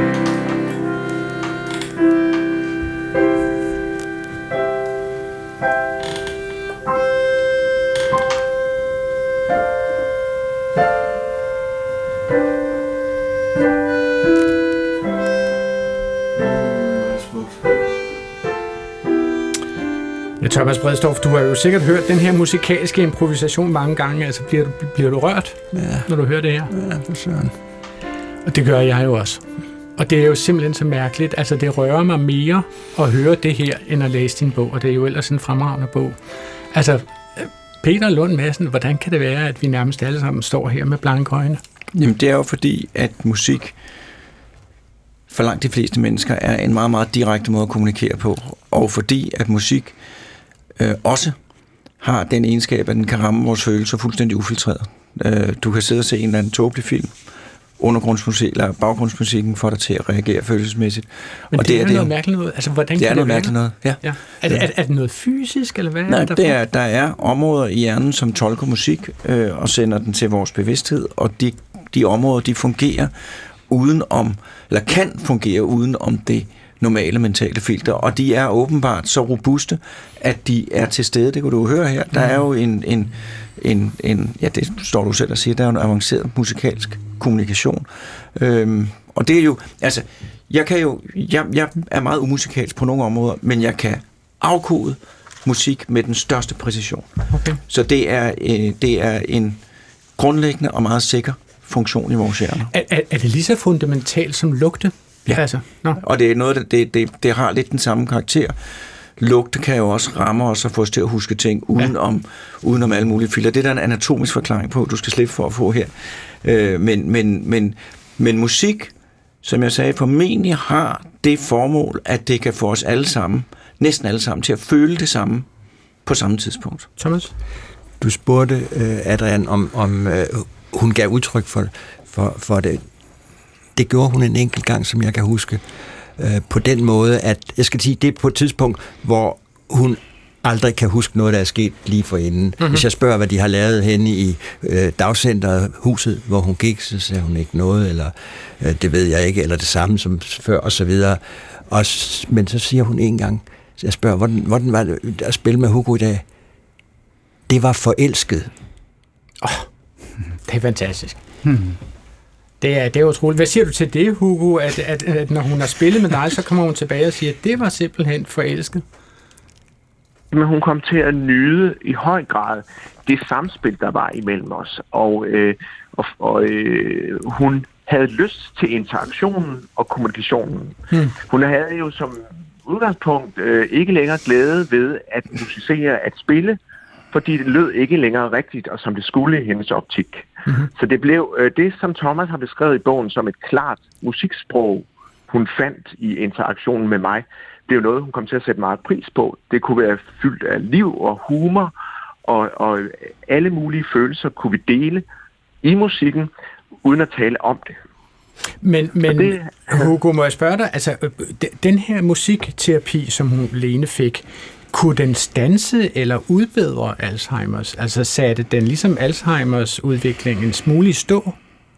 [SPEAKER 2] Thomas Bredersdorff, du har jo sikkert hørt den her musikalske improvisation mange gange. Altså, bliver du rørt, når du hører det her?
[SPEAKER 3] Ja, for søren.
[SPEAKER 2] Og det gør jeg jo også. Og det er jo simpelthen så mærkeligt. Altså, det rører mig mere at høre det her, end at læse din bog, og det er jo ellers en fremragende bog. Altså, Peter Lund Madsen, hvordan kan det være, at vi nærmest alle sammen står her med blanke øjne?
[SPEAKER 4] Jamen, det er jo fordi, at musik for langt de fleste mennesker er en meget, meget direkte måde at kommunikere på, og fordi, at musik også har den egenskab, at den kan ramme vores følelser fuldstændig ufiltreret. Du kan sidde og se en eller anden tåbelig film, undergrundsmusik eller baggrundsmusikken får dig til at reagere følelsesmæssigt.
[SPEAKER 2] Men
[SPEAKER 4] og
[SPEAKER 2] det er noget mærkeligt noget. Altså, hvordan
[SPEAKER 4] det
[SPEAKER 2] kan
[SPEAKER 4] er noget mærkeligt noget, ja.
[SPEAKER 2] Er det noget fysisk, eller hvad?
[SPEAKER 4] Nej, der er områder i hjernen, som tolker musik og sender den til vores bevidsthed, og de områder, de fungerer udenom, eller kan fungere udenom det normale mentale filter, og de er åbenbart så robuste, at de er til stede. Det kunne du høre her. Der er jo ja, det står du selv og siger, der er en avanceret musikalsk kommunikation. Og det er jo, altså, jeg er meget umusikalsk på nogle områder, men jeg kan afkode musik med den største præcision. Okay. Så det er en grundlæggende og meget sikker funktion i vores hjerne.
[SPEAKER 2] Er det lige så fundamentalt som lugte?
[SPEAKER 4] Ja, altså, og det er noget, det har lidt den samme karakter. Lugte kan jo også ramme os og få os til at huske ting udenom alle mulige filter. Det er der en anatomisk forklaring på, du skal slippe for at få her. Men musik, som jeg sagde, formentlig har det formål, at det kan få os alle sammen, næsten alle sammen, til at føle det samme på samme tidspunkt.
[SPEAKER 2] Thomas?
[SPEAKER 3] Du spurgte Adrian, om hun gav udtryk for det. Det gjorde hun en enkelt gang, som jeg kan huske, på den måde, at jeg skal sige, det er på et tidspunkt, hvor hun aldrig kan huske noget, der er sket lige forinden. Mm-hmm. Hvis jeg spørger, hvad de har lavet henne i dagcenteret, huset, hvor hun gik, så siger hun ikke noget, eller det ved jeg ikke, eller det samme som før, og så videre. Men så siger hun en gang, så jeg spørger, hvordan var det at spille med Hugo i dag? Det var forelsket.
[SPEAKER 2] Det er fantastisk. Det er utroligt. Hvad siger du til det, Hugo, at når hun har spillet med dig, så kommer hun tilbage og siger, at det var simpelthen forelsket?
[SPEAKER 6] Men hun kom til at nyde i høj grad det samspil, der var imellem os. Og hun havde lyst til interaktionen og kommunikationen. Hun havde jo som udgangspunkt ikke længere glæde ved at musicere, at spille, fordi det lød ikke længere rigtigt, og som det skulle i hendes optik. Mm-hmm. Så det blev det, som Thomas har beskrevet i bogen, som et klart musiksprog, hun fandt i interaktionen med mig. Det er jo noget, hun kom til at sætte meget pris på. Det kunne være fyldt af liv og humor, og alle mulige følelser kunne vi dele i musikken, uden at tale om det.
[SPEAKER 2] Men Hugo, må jeg spørge dig, altså den her musikterapi, som Lene fik, kunne den standse eller udbedre Alzheimers? Altså satte den ligesom Alzheimers udvikling en smule i stå?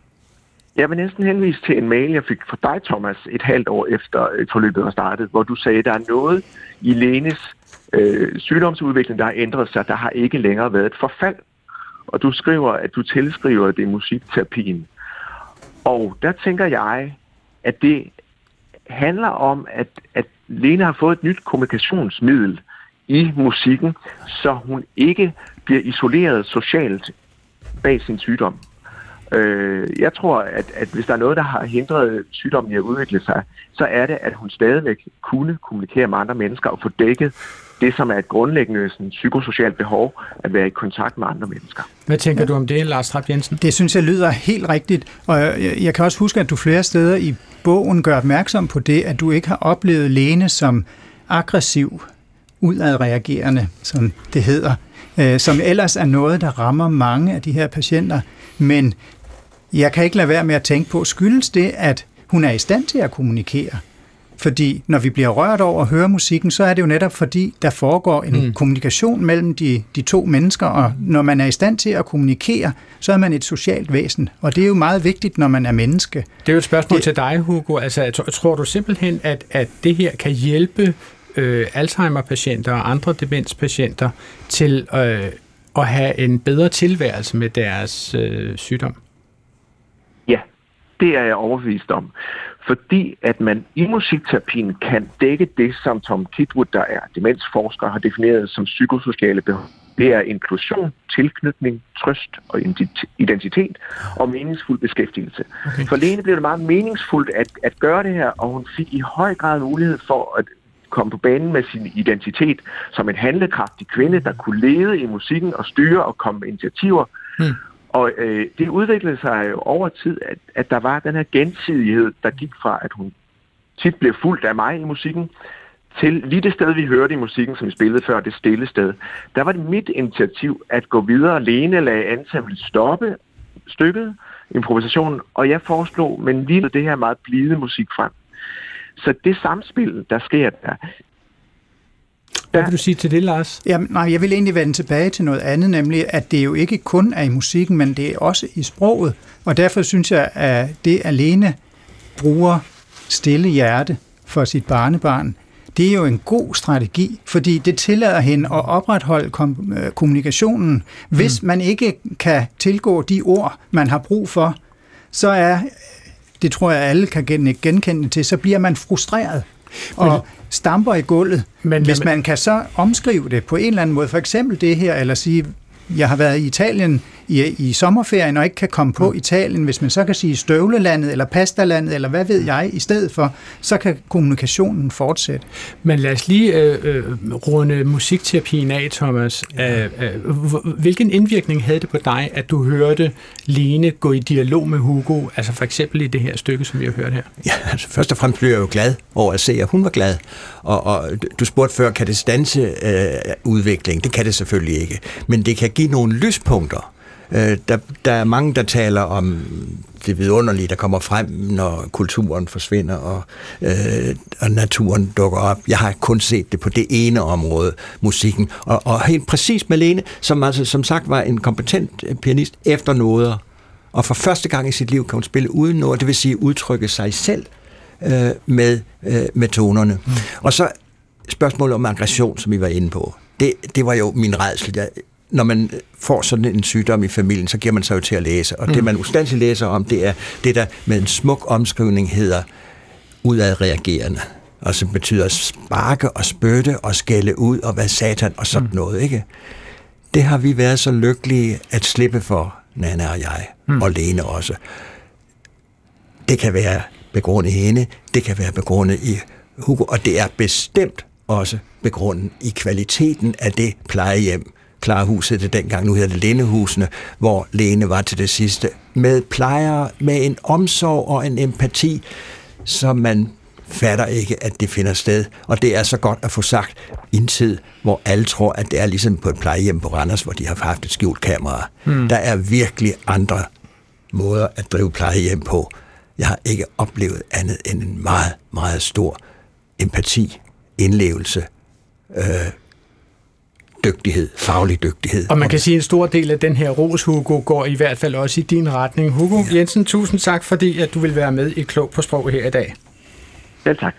[SPEAKER 6] Jeg vil næsten henvise til en mail, jeg fik fra dig, Thomas, et halvt år efter forløbet var startet, hvor du sagde, at der er noget i Lenes sygdomsudvikling, der har ændret sig. Der har ikke længere været et forfald. Og du skriver, at du tilskriver det musikterapien. Og der tænker jeg, at det handler om, at Lene har fået et nyt kommunikationsmiddel i musikken, så hun ikke bliver isoleret socialt bag sin sygdom. Jeg tror, at hvis der er noget, der har hindret sygdommen i at udvikle sig, så er det, at hun stadigvæk kunne kommunikere med andre mennesker og få dækket det, som er et grundlæggende psykosocialt behov, at være i kontakt med andre mennesker.
[SPEAKER 2] Hvad tænker du om det, Lars Trapp Jensen?
[SPEAKER 5] Det synes jeg lyder helt rigtigt, og jeg kan også huske, at du flere steder i bogen gør opmærksom på det, at du ikke har oplevet Lene som aggressiv, udadreagerende, som det hedder, som ellers er noget, der rammer mange af de her patienter. Men jeg kan ikke lade være med at tænke på, skyldes det, at hun er i stand til at kommunikere? Fordi når vi bliver rørt over at høre musikken, så er det jo netop fordi, der foregår en kommunikation mellem de to mennesker, og når man er i stand til at kommunikere, så er man et socialt væsen, og det er jo meget vigtigt, når man er menneske.
[SPEAKER 2] Det er jo et spørgsmål til dig, Hugo. Altså, tror du simpelthen, at det her kan hjælpe Alzheimer-patienter og andre demenspatienter til at have en bedre tilværelse med deres sygdom?
[SPEAKER 6] Ja, det er jeg overbevist om. fordi at man i musikterapien kan dække det, som Tom Kitwood, der er demensforsker, har defineret som psykosociale behov. Det er inklusion, tilknytning, trøst og identitet og meningsfuld beskæftigelse. Okay. For Lene blev det meget meningsfuldt at gøre det her, og hun fik i høj grad mulighed for at komme på banen med sin identitet som en handlekraftig kvinde, der kunne lede i musikken og styre og komme med initiativer. Og det udviklede sig jo over tid, at der var den her gensidighed, der gik fra, at hun tit blev fulgt af mig i musikken, til lige det sted, vi hørte i musikken, som vi spillede før, det stille sted. Der var det mit initiativ at gå videre. Lene lagde ensemblet stoppe stykket, improvisationen, og jeg foreslog, men lige det her meget blide musik frem. Så det samspil, der sker der...
[SPEAKER 2] Hvad vil du sige til det, Lars?
[SPEAKER 5] Jamen, nej, jeg vil egentlig vende tilbage til noget andet, nemlig at det jo ikke kun er i musikken, men det er også i sproget. Og derfor synes jeg, at det alene bruger stille hjerte for sit barnebarn, det er jo en god strategi, fordi det tillader hende at opretholde kommunikationen. Hvis man ikke kan tilgå de ord, man har brug for, så er, det tror jeg alle kan genkende til, så bliver man frustreret og stamper i gulvet. Hvis man kan så omskrive det på en eller anden måde, for eksempel det her, eller sige, jeg har været i Italien i sommerferien og ikke kan komme på Italien, hvis man så kan sige støvlelandet eller pastalandet eller hvad ved jeg i stedet for, så kan kommunikationen fortsætte.
[SPEAKER 2] Men lad os lige runde musikterapien af, Thomas. Hvilken indvirkning havde det på dig, at du hørte Lene gå i dialog med Hugo, altså for eksempel i det her stykke, som vi har hørt her?
[SPEAKER 3] Ja, altså først og fremmest blev jeg jo glad over at se, at hun var glad. Og du spurgte før, kan det standse udvikling? Det kan det selvfølgelig ikke. Men det kan give nogle lyspunkter. Der er mange, der taler om det vidunderlige, der kommer frem, når kulturen forsvinder og naturen dukker op. Jeg har kun set det på det ene område, musikken. Og helt præcis med Lene, som altså som sagt var en kompetent pianist efter noder. Og for første gang i sit liv kan hun spille uden noder, det vil sige udtrykke sig selv med tonerne. Og så spørgsmålet om aggression, som I var inde på. Det var jo min rædsel. Når man får sådan en sygdom i familien, så giver man sig jo til at læse. Og det, man ustandsligt læser om, det er det, der med en smuk omskrivning hedder udadreagerende. Og som betyder sparke og spytte og skælde ud og hvad satan og sådan noget, ikke? Det har vi været så lykkelige at slippe for, Nana og jeg, og Lene også. Det kan være begrundet i hende, det kan være begrundet i Hugo, og det er bestemt også begrundet i kvaliteten af det plejehjem, Klarhuset det dengang, nu hedder det Lindehusene, hvor Lene var til det sidste, med plejere, med en omsorg og en empati, som man fatter ikke, at det finder sted. Og det er så godt at få sagt i en tid, hvor alle tror, at det er ligesom på et plejehjem på Randers, hvor de har haft et skjult kamera. Der er virkelig andre måder at drive plejehjem på. Jeg har ikke oplevet andet end en meget, meget stor empati, indlevelse, dygtighed, faglig dygtighed.
[SPEAKER 2] Og man kan sige, at en stor del af den her ros, Hugo, går i hvert fald også i din retning. Hugo Jensen, tusind tak, fordi at du vil være med i Klog på Sprog her i dag.
[SPEAKER 6] Ja, tak.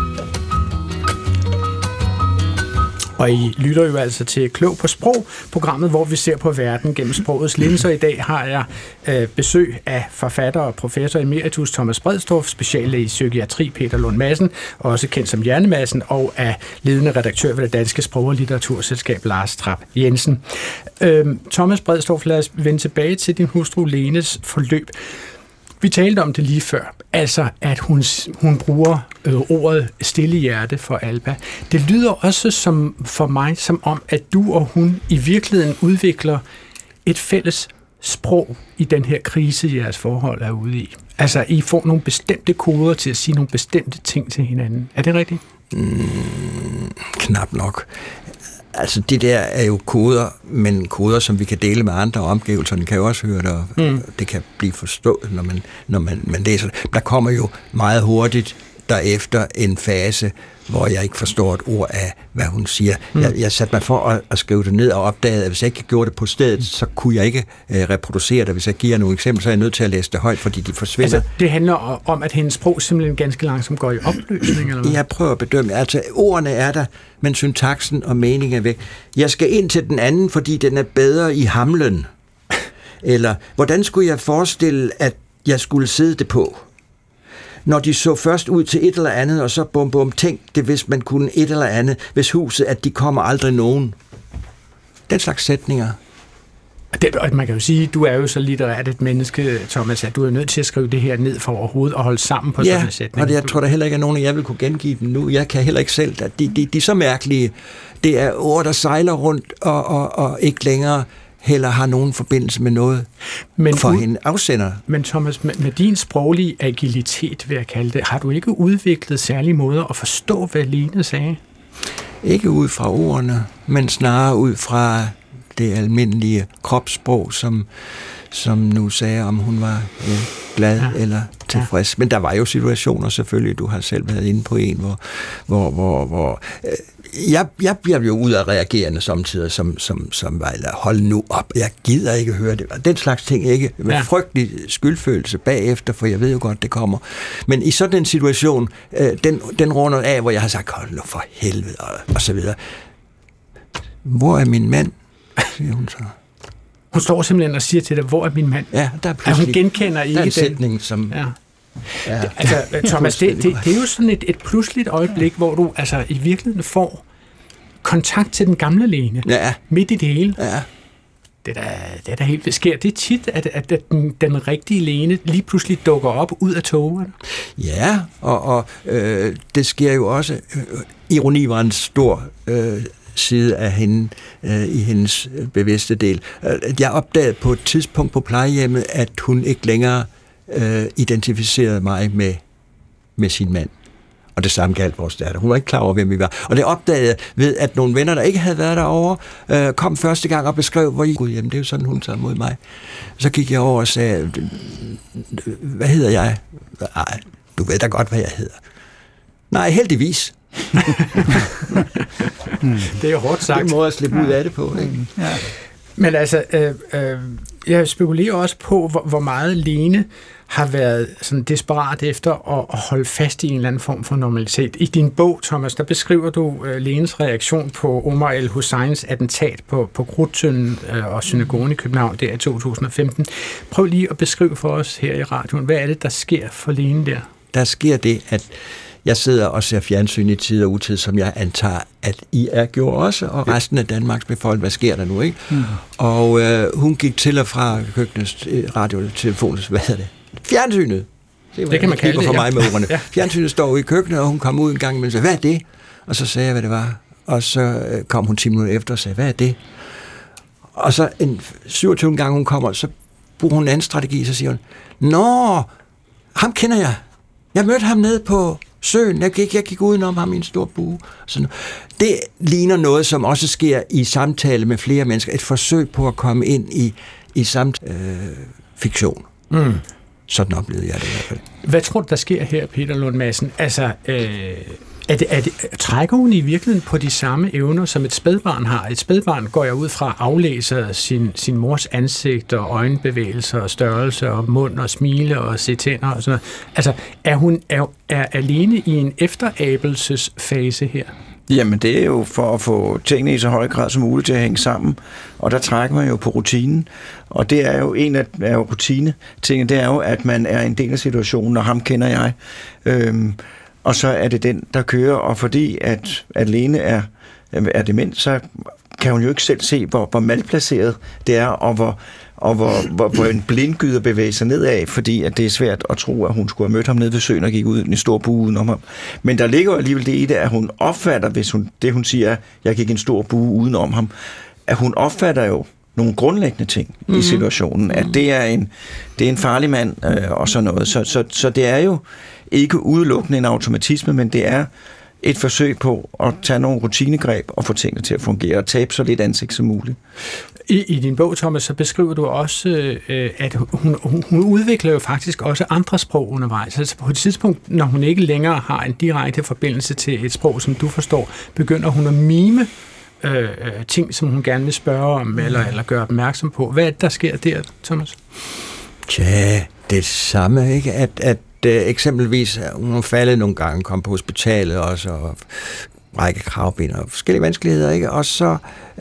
[SPEAKER 2] Og I lytter jo altså til Klog på Sprog, programmet, hvor vi ser på verden gennem sprogets linser. I dag har jeg besøg af forfatter og professor emeritus Thomas Bredsdorff, speciallæge i psykiatri Peter Lund Madsen, også kendt som Hjernemassen, og af ledende redaktør ved det Danske Sprog- og Litteraturselskab Lars Trap Jensen. Thomas Bredsdorff, lad os vende tilbage til din hustru Lenes forløb. Vi talte om det lige før, altså at hun bruger ordet stille hjerte for Alba. Det lyder også for mig som om, at du og hun i virkeligheden udvikler et fælles sprog i den her krise, jeres forhold er ude i. Altså, I får nogle bestemte koder til at sige nogle bestemte ting til hinanden. Er det rigtigt?
[SPEAKER 3] Knap nok. Altså, det der er jo koder, men koder, som vi kan dele med andre omgivelserne, kan jo også høre det, og det kan blive forstået, når man læser det. Der kommer jo meget hurtigt derefter en fase, hvor jeg ikke forstår et ord af, hvad hun siger. Jeg satte mig for at skrive det ned og opdagede, at hvis jeg ikke gjorde det på stedet, så kunne jeg ikke reproducere det. Hvis jeg giver nogle eksempler, så er jeg nødt til at læse det højt, fordi de forsvinder.
[SPEAKER 2] Altså, det handler om, at hendes sprog simpelthen ganske langsomt går i opløsning, eller hvad?
[SPEAKER 3] Jeg prøver at bedømme. Altså, ordene er der, men syntaksen og meningen er væk. Jeg skal ind til den anden, fordi den er bedre i Hamlen. Eller, hvordan skulle jeg forestille, at jeg skulle sidde det på? når de så først ud til et eller andet, og så bum, tænk det, hvis man kunne et eller andet, hvis huset, at de kommer aldrig nogen. Den slags sætninger.
[SPEAKER 2] Og man kan jo sige, du er jo så litterært et menneske, Thomas, at du er nødt til at skrive det her ned for overhovedet at holde sammen på sådan en sætning.
[SPEAKER 3] Og jeg tror der heller ikke er nogen af jer vil kunne gengive dem nu. Jeg kan heller ikke selv. De er så mærkelige. Det er ord, der sejler rundt og ikke længere heller har nogen forbindelse med noget for hende afsender.
[SPEAKER 2] Men Thomas, med din sproglige agilitet, vil jeg kalde det, har du ikke udviklet særlige måder at forstå, hvad Lene sagde? Ikke
[SPEAKER 3] ud fra ordene, men snarere ud fra det almindelige kropssprog, som nu sagde, om hun var glad eller tilfreds. Men der var jo situationer selvfølgelig, du har selv været inde på en, hvor jeg bliver jo ud af reagerende samtidig, som var, hold nu op, jeg gider ikke høre det. Den slags ting ikke, med frygtelig skyldfølelse bagefter, for jeg ved jo godt, det kommer. Men i sådan en situation, den runder af, hvor jeg har sagt, hold nu for helvede, og så videre. Hvor er min mand? Siger hun så.
[SPEAKER 2] Hun står simpelthen og siger til dig, hvor er min mand?
[SPEAKER 3] Ja, der er pludselig
[SPEAKER 2] hun genkender ikke
[SPEAKER 3] den sætning, som...
[SPEAKER 2] Ja. Ja. Altså, Thomas, det er jo sådan et pludseligt øjeblik, hvor du altså i virkeligheden får kontakt til den gamle Lene.
[SPEAKER 3] Ja.
[SPEAKER 2] Midt i det hele.
[SPEAKER 3] Ja.
[SPEAKER 2] Det er da helt sker. Det er tit, at den rigtige Lene lige pludselig dukker op ud af togene.
[SPEAKER 3] Ja, og det sker jo også. Ironi var en stor side af hende i hendes bevidste del. Jeg opdagede på et tidspunkt på plejehjemmet, at hun ikke længere identificerede mig med sin mand. Og det samme galt vores datter. Hun var ikke klar over, hvem vi var. Og det opdagede jeg ved, at nogle venner, der ikke havde været derovre, kom første gang og beskrev, hvor I gud, jamen det er jo sådan, hun tager mod mig. Så gik jeg over og sagde, hvad hedder jeg? Nej, du ved da godt, hvad jeg hedder. Nej, heldigvis.
[SPEAKER 2] Det er jo hårdt sagt.
[SPEAKER 3] Det er en måde at slippe ud af det på, ikke?
[SPEAKER 2] Ja. Men altså, jeg spekulerer også på, hvor meget Lene har været sådan desperat efter at holde fast i en eller anden form for normalitet. I din bog, Thomas, der beskriver du Lenes reaktion på Omar el-Husseins attentat på Krudttønden og synagogen i København der i 2015. Prøv lige at beskrive for os her i radioen, hvad er det, der sker for Lene der?
[SPEAKER 3] Der sker det, at jeg sidder og ser fjernsyn i tid og utid, som jeg antager, at I er gjort også, og resten af Danmarks befolkning, hvad sker der nu, ikke? Mm. Og hun gik til og fra køkkenets radiotelefonens, hvad hedder det? Fjernsynet.
[SPEAKER 2] Det kan man kalde det,
[SPEAKER 3] for mig med ordene. Ja. Fjernsynet står i køkkenet, og hun kom ud en gang, men sagde, hvad er det? Og så sagde jeg, hvad det var. Og så kom hun 10 minutter efter og sagde, hvad er det? Og så en 27. gang hun kommer, så bruger hun en anden strategi, så siger hun, nå, ham kender jeg. Jeg mødte ham nede på søen. Jeg gik udenom ham i en stor bue. Sådan. Det ligner noget, som også sker i samtale med flere mennesker. Et forsøg på at komme ind i fiktion. Mm. Sådan oplevede jeg det i hvert fald.
[SPEAKER 2] Hvad tror du, der sker her, Peter Lund Madsen? Altså, trækker hun i virkeligheden på de samme evner, som et spædbarn har? Et spædbarn går jeg ud fra aflæser sin mors ansigt og øjenbevægelser og størrelse og mund og smile og se tænder og sådan noget. Altså, er hun alene i en efterabelsesfase her?
[SPEAKER 4] Jamen, det er jo for at få tingene i så høj grad som muligt til at hænge sammen, og der trækker man jo på rutinen, og det er jo en af rutine-tingene, det er jo, at man er en del af situationen, og ham kender jeg, og så er det den, der kører, og fordi at Lene er dement, så kan hun jo ikke selv se, hvor malplaceret det er, og hvor en blindgyder bevæger sig nedad, fordi at det er svært at tro, at hun skulle have mødt ham nede ved søen og gik ud i en stor bue udenom ham. Men der ligger jo alligevel det i det, at hun opfatter, hvis hun siger, jeg gik en stor bue udenom ham, at hun opfatter jo nogle grundlæggende ting i situationen, at det er en farlig mand og sådan noget. Så det er jo ikke udelukkende en automatisme, men det er et forsøg på at tage nogle rutinegreb og få tingene til at fungere og tabe så lidt ansigt som muligt.
[SPEAKER 2] I din bog, Thomas, så beskriver du også, at hun udvikler jo faktisk også andre sprog undervejs. Altså på et tidspunkt, når hun ikke længere har en direkte forbindelse til et sprog, som du forstår, begynder hun at mime ting, som hun gerne vil spørge om eller gøre opmærksom på. Hvad er det, der sker der, Thomas?
[SPEAKER 3] Tja, det samme, ikke? At eksempelvis hun er faldet nogle gange, kom på hospitalet også, og række kravben og forskellige vanskeligheder, ikke? Og så,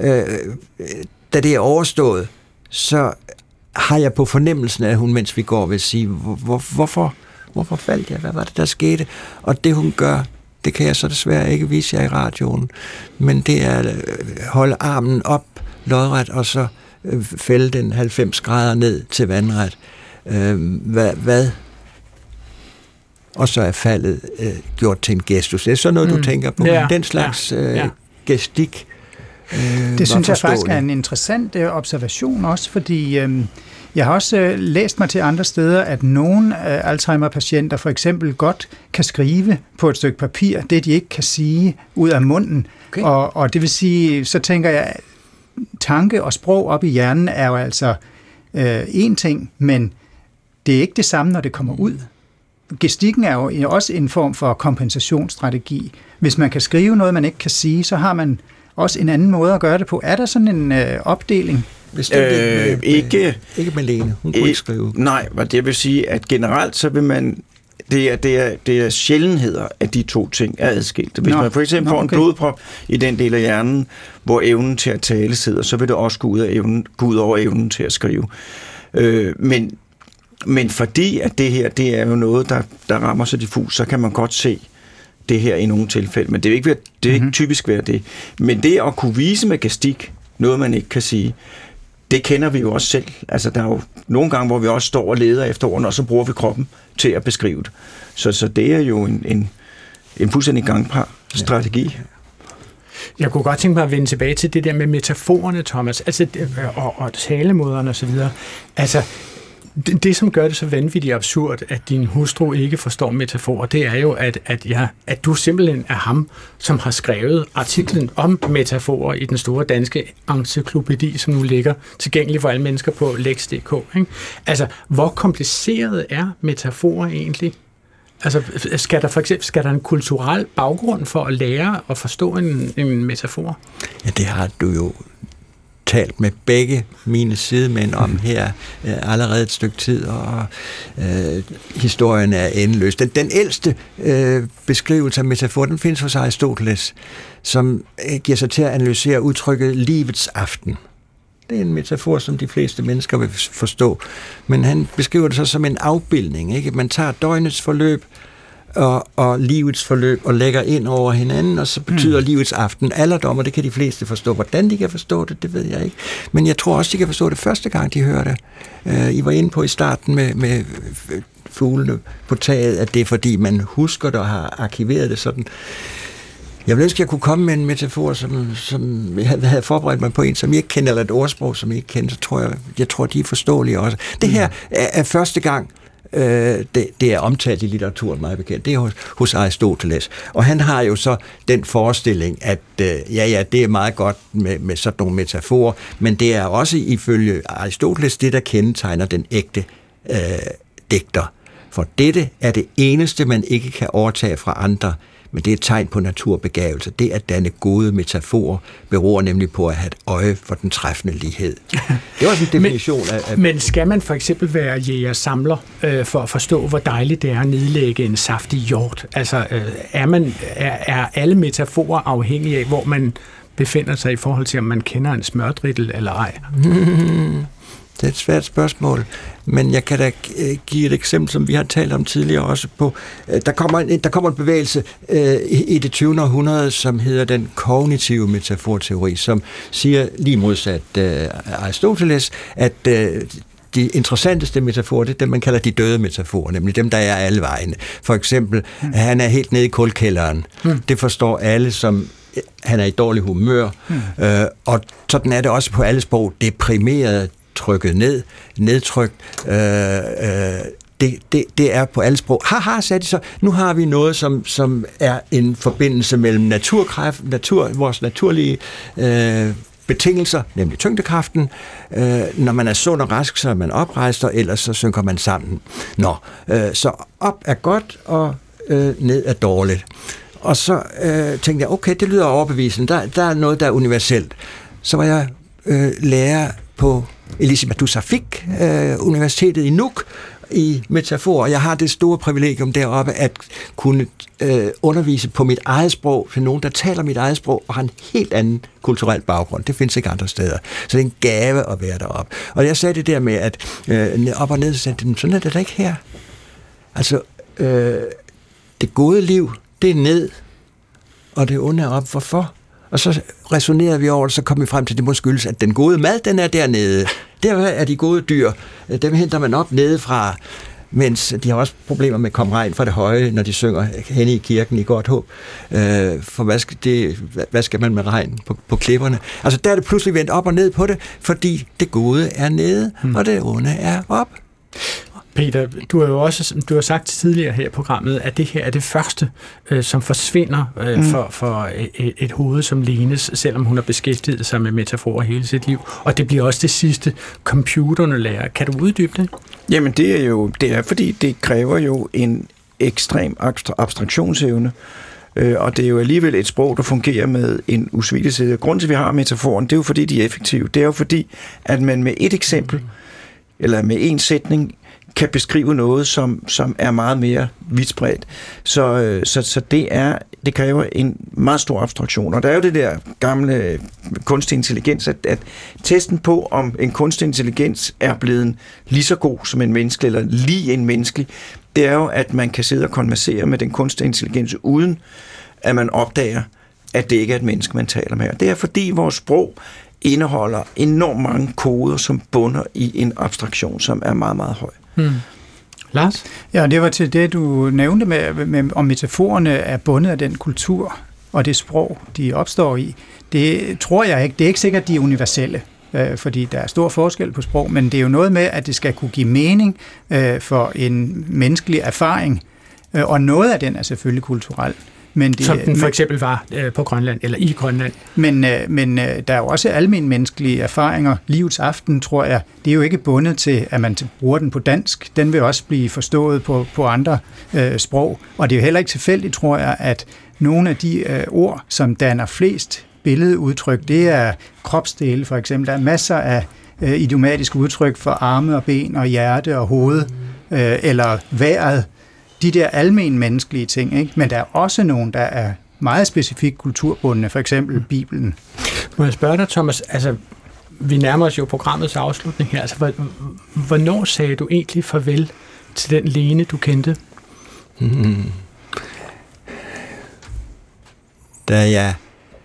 [SPEAKER 3] da det er overstået, så har jeg på fornemmelsen, at hun, mens vi går, vil sige, hvorfor faldt jeg? Hvad var det, der skete? Og det, hun gør, det kan jeg så desværre ikke vise jer i radioen, men det er at holde armen op lodret, og så fælde den 90 grader ned til vandret. Hvad? Og så er faldet gjort til en gestus. Det er sådan noget, du tænker på. Ja, den slags gestik.
[SPEAKER 5] Det synes jeg faktisk er en interessant observation også, fordi jeg har også læst mig til andre steder, at nogle Alzheimer-patienter for eksempel godt kan skrive på et stykke papir, det de ikke kan sige ud af munden. Okay. Og det vil sige, så tænker jeg, tanke og sprog op i hjernen er jo altså én ting, men det er ikke det samme, når det kommer ud. Gestikken er jo også en form for kompensationsstrategi. Hvis man kan skrive noget, man ikke kan sige, så har man også en anden måde at gøre det på. Er der sådan en opdeling?
[SPEAKER 3] Ikke med Lene. Hun kunne ikke skrive.
[SPEAKER 4] Nej, og det vil sige, at generelt så vil man... Det er sjældenheder, at de to ting er adskilt. Hvis man for eksempel får en blodprop i den del af hjernen, hvor evnen til at tale sidder, så vil det også gå ud over evnen til at skrive. Men fordi at det her, det er jo noget, der rammer så diffus, så kan man godt se det her i nogle tilfælde. Men det er ikke typisk være det. Men det at kunne vise med gestik, noget man ikke kan sige, det kender vi jo også selv. Altså, der er jo nogle gange, hvor vi også står og leder efter ordene, og så bruger vi kroppen til at beskrive det. Så det er jo en fuldstændig gangbar strategi.
[SPEAKER 2] Jeg kunne godt tænke mig at vende tilbage til det der med metaforerne, Thomas, altså, og talemåderne osv. Altså, det, som gør det så vanvittigt absurd, at din hustru ikke forstår metaforer, det er jo, at du simpelthen er ham, som har skrevet artiklen om metaforer i den store danske encyklopædi, som nu ligger tilgængelig for alle mennesker på lex.dk. Ikke? Altså, hvor kompliceret er metaforer egentlig? Altså, skal der en kulturel baggrund for at lære at forstå en metafor?
[SPEAKER 3] Ja, det har du jo talt med begge mine sidemænd om her allerede et stykke tid, og historien er endeløs. Den ældste beskrivelse af metafor, den findes hos Aristoteles, som giver sig til at analysere udtrykket livets aften. Det er en metafor, som de fleste mennesker vil forstå, men han beskriver det så som en afbildning. Ikke? Man tager døgnets forløb og livets forløb og lægger ind over hinanden, og så betyder livets aften alderdom, og det kan de fleste forstå. Hvordan de kan forstå det, det ved jeg ikke. Men jeg tror også, de kan forstå det første gang, de hører det. I var inde på i starten med fuglene på taget, at det er fordi, man husker det og har arkiveret det sådan. Jeg ville ønske, at jeg kunne komme med en metafor, som jeg havde forberedt mig på en, som jeg ikke kender, eller et ordsprog, som jeg ikke kender, så jeg tror, de er forståelige også. Det her er første gang, det er omtalt i litteraturen meget bekendt. Det er hos Aristoteles. Og han har jo så den forestilling, at det er meget godt med sådan nogle metaforer, men det er også ifølge Aristoteles det, der kendetegner den ægte digter. For dette er det eneste, man ikke kan overtage fra andre, men det er et tegn på naturbegavelse. Det at danne gode metaforer beror nemlig på at have et øje for den træffende lighed. Det var en definition af...
[SPEAKER 2] Men skal man for eksempel være jæger-samler for at forstå, hvor dejligt det er at nedlægge en saftig hjort? Altså, er alle metaforer afhængige af, hvor man befinder sig i forhold til, om man kender en smørdrittel eller ej?
[SPEAKER 3] Det er et svært spørgsmål, men jeg kan da give et eksempel, som vi har talt om tidligere også på. Der kommer en bevægelse i det 20. århundrede, som hedder den kognitive metaforteori, som siger lige modsat Aristoteles, at de interessanteste metaforer, det er dem, man kalder de døde metaforer, nemlig dem, der er alle vegne. For eksempel, han er helt nede i kulkælderen. Det forstår alle, som han er i dårlig humør, og sådan er det også på alle sprog. Deprimeret, trykket ned, nedtrykt, det er på alle sprog. Haha, sagde de så, nu har vi noget, som er en forbindelse mellem vores naturlige betingelser, nemlig tyngdekraften. Når man er sund og rask, så er man oprejst, og ellers så synker man sammen. Så op er godt, og ned er dårligt. Og så tænkte jeg, okay, det lyder overbevisende. Der er noget, der er universelt. Så var jeg lærer på Elisabeth Dusafik, Universitetet i Nuuk, i metafor, og jeg har det store privilegium deroppe at kunne undervise på mit eget sprog til nogen, der taler mit eget sprog og har en helt anden kulturel baggrund. Det findes ikke andre steder. Så det er en gave at være deroppe. Og jeg sagde det der med, at op og ned, så sagde de, sådan er det da ikke her. Altså, det gode liv, det er ned, og det onde er op. Hvorfor? Og så resonerede vi over det, så kom vi frem til, at det må skyldes, at den gode mad, den er dernede. Der er de gode dyr. Dem henter man op nedefra, mens de har også problemer med at komme regn fra det høje, når de synger henne i kirken i godt håb. For hvad skal man med regn på klipperne? Altså der er det pludselig vendt op og ned på det, fordi det gode er nede, og det onde er op.
[SPEAKER 2] Peter, du har sagt tidligere her i programmet, at det her er det første, som forsvinder for et hoved som Lenes, selvom hun har beskæftiget sig med metaforer hele sit liv. Og det bliver også det sidste, computerne lærer. Kan du uddybe det?
[SPEAKER 4] Jamen det er fordi det kræver jo en ekstrem abstraktionsevne, og det er jo alligevel et sprog, der fungerer med en usvigelighed. Grunden til, at vi har metaforen, det er jo fordi, de er effektive. Det er jo fordi, at man med et eksempel, eller med en sætning, kan beskrive noget, som er meget mere vidspredt. Så det kræver en meget stor abstraktion. Og der er jo det der gamle kunstig intelligens, at testen på, om en kunstig intelligens er blevet lige så god som en menneskelig, eller lige en menneskelig, det er jo, at man kan sidde og konversere med den kunstige intelligens, uden at man opdager, at det ikke er et menneske, man taler med. Og det er fordi vores sprog indeholder enormt mange koder, som bunder i en abstraktion, som er meget, meget høj.
[SPEAKER 2] Lars?
[SPEAKER 5] Ja, det var til det, du nævnte med om metaforerne er bundet af den kultur og det sprog, de opstår i. Det tror jeg ikke. Det er ikke sikkert, de er universelle, fordi der er stor forskel på sprog, men det er jo noget med, at det skal kunne give mening for en menneskelig erfaring, og noget af den er selvfølgelig kulturel.
[SPEAKER 2] Som den for eksempel var på Grønland, eller i Grønland.
[SPEAKER 5] Men der er jo også almenmenneskelige erfaringer. Livets aften, tror jeg, det er jo ikke bundet til, at man bruger den på dansk. Den vil også blive forstået på andre sprog. Og det er jo heller ikke tilfældigt, tror jeg, at nogle af de ord, som danner flest billedudtryk, det er kropsdele for eksempel. Der er masser af idiomatiske udtryk for arme og ben og hjerte og hoved, eller vejret. De der almen menneskelige ting, ikke? Men der er også nogen, der er meget specifikt kulturbundne, for eksempel Bibelen.
[SPEAKER 2] Må jeg spørge dig, Thomas, altså, vi nærmer os jo programmets afslutning her, altså, hvornår sagde du egentlig farvel til den Lene, du kendte?
[SPEAKER 3] Da jeg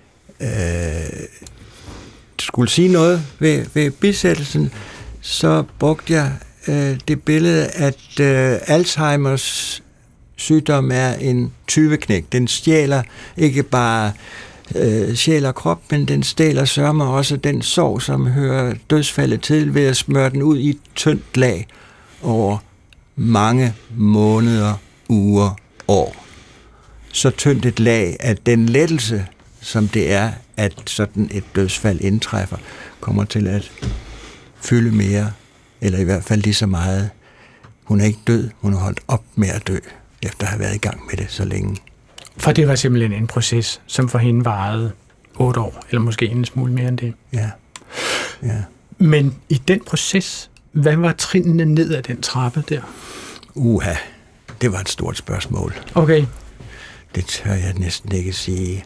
[SPEAKER 3] skulle sige noget ved bisættelsen, så brugte jeg det billede, at Alzheimers sygdom er en tyveknæk. Den stjæler ikke bare sjæl og krop, men den stjæler sørme også den sorg, som hører dødsfaldet til, ved at smøre den ud i et tyndt lag over mange måneder, uger, år. Så tyndt et lag, at den lettelse, som det er, at sådan et dødsfald indtræffer, kommer til at fylde mere, eller i hvert fald lige så meget. Hun er ikke død, hun har holdt op med at dø, efter at have været i gang med det så længe.
[SPEAKER 2] For det var simpelthen en proces, som for hende varede 8 år, eller måske en smule mere end det.
[SPEAKER 3] Ja.
[SPEAKER 2] Men i den proces, hvad var trinene ned ad den trappe der?
[SPEAKER 3] Det var et stort spørgsmål.
[SPEAKER 2] Okay.
[SPEAKER 3] Det tør jeg næsten ikke sige.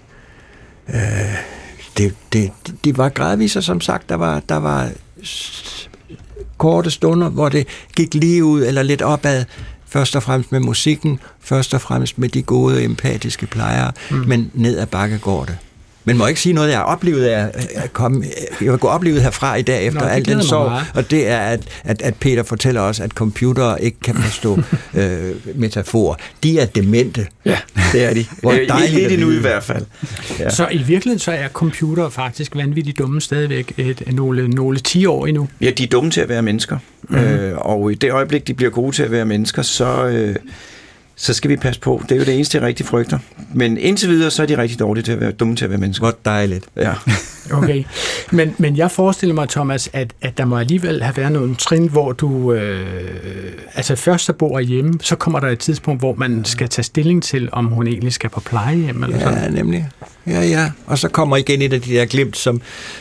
[SPEAKER 3] De var gradviser, som sagt. Der var korte stunder, hvor det gik lige ud eller lidt opad. Først og fremmest med musikken, først og fremmest med de gode, empatiske plejere, men ned ad bakke går det. Men må ikke sige noget, jeg har oplevet at komme. Jeg har gået oplevet herfra i dag efter al den sorg, og det er, at Peter fortæller os, at computere ikke kan forstå metaforer. De er demente.
[SPEAKER 4] Ja, det er de.
[SPEAKER 3] Hvor dejligt
[SPEAKER 4] det nu i hvert fald.
[SPEAKER 2] Ja. Så i virkeligheden så er computere faktisk vanvittigt dumme stadigvæk nogle 10 år endnu.
[SPEAKER 4] Ja, de er dumme til at være mennesker. Og i det øjeblik, de bliver gode til at være mennesker, så skal vi passe på. Det er jo det eneste, jeg rigtig frygter. Men indtil videre, så er de rigtig dårlige til at være dumme til at være mennesker.
[SPEAKER 3] Hvor dejligt.
[SPEAKER 4] Ja.
[SPEAKER 2] Okay. Men jeg forestiller mig, Thomas, at der må alligevel have været nogle trin, hvor du først så bor hjemme, så kommer der et tidspunkt, hvor man skal tage stilling til, om hun egentlig skal på plejehjem eller sådan.
[SPEAKER 3] Ja, nemlig. Ja. Og så kommer igen et af de der glimt,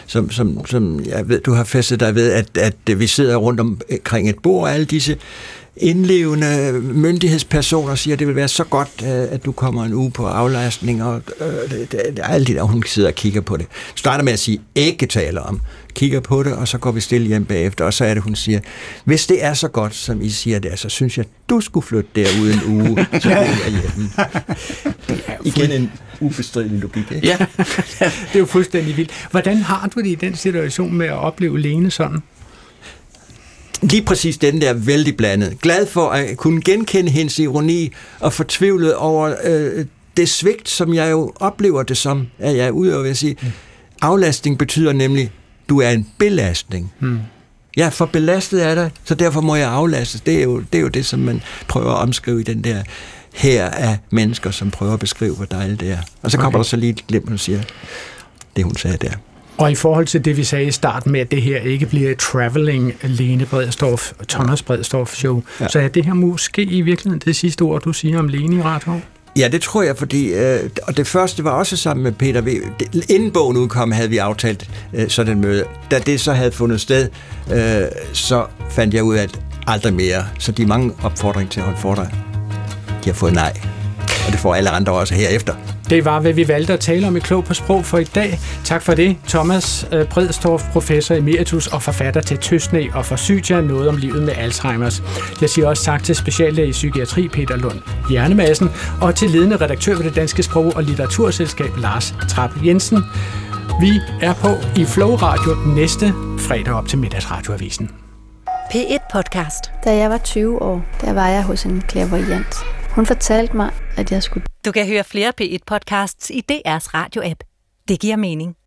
[SPEAKER 3] som jeg ved, du har festet dig ved, at vi sidder rundt omkring et bord, alle disse indlevende myndighedspersoner siger, at det vil være så godt, at du kommer en uge på aflastning, og alt det der, hun sidder og kigger på det. Starter med at sige, ikke taler om, kigger på det, og så går vi stille hjem bagefter, og så er det, hun siger, hvis det er så godt, som I siger det, så synes jeg, du skulle flytte derude en uge, så bliver jeg hjemme. Igen en ubestridelig logik, ikke?
[SPEAKER 2] Ja, det er jo fuldstændig vildt. Hvordan har du det i den situation med at opleve Lene sådan?
[SPEAKER 3] Lige præcis den der vældig blandet. Glad for at kunne genkende hendes ironi og fortvivlet over det svigt, som jeg jo oplever det som, at jeg er ude og vil sige. Aflastning betyder nemlig, du er en belastning. Jeg er for belastet af dig, så derfor må jeg aflastes. Det er jo det, som man prøver at omskrive i den der her af mennesker, som prøver at beskrive, hvor dejligt det er. Og så kommer der så lige et glimt, og siger, det hun sagde der.
[SPEAKER 2] Og i forhold til det, vi sagde i starten med, at det her ikke bliver et traveling Lene Bredsdorff, Thomas Bredsdorff show, så er det her måske i virkeligheden det sidste ord, du siger om Lene i radioen?
[SPEAKER 3] Ja, det tror jeg, fordi, og det første var også sammen med Peter V. Inden bogen udkom, havde vi aftalt sådan et møde. Da det så havde fundet sted, så fandt jeg ud af, at aldrig mere. Så de mange opfordringer til at holde foredrag, de har fået nej. Og det får alle andre også herefter.
[SPEAKER 2] Det var, hvad vi valgte at tale om i Klog på Sprog for i dag. Tak for det, Thomas Bredsdorff, professor emeritus og forfatter til Tøsne og Forsytia, noget om livet med Alzheimers. Jeg siger også tak til speciallæge i psykiatri Peter Lund Hjernemassen og til ledende redaktør ved Det Danske Sprog- og Litteraturselskab Lars Trapp Jensen. Vi er på i Flow Radio næste fredag op til Middagsradioavisen.
[SPEAKER 1] P1 podcast.
[SPEAKER 7] Da jeg var 20 år, der var jeg hos en clairvoyant. Hun fortalte mig, at jeg skulle...
[SPEAKER 1] Du kan høre flere P1 podcasts i DR's radio-app. Det giver mening.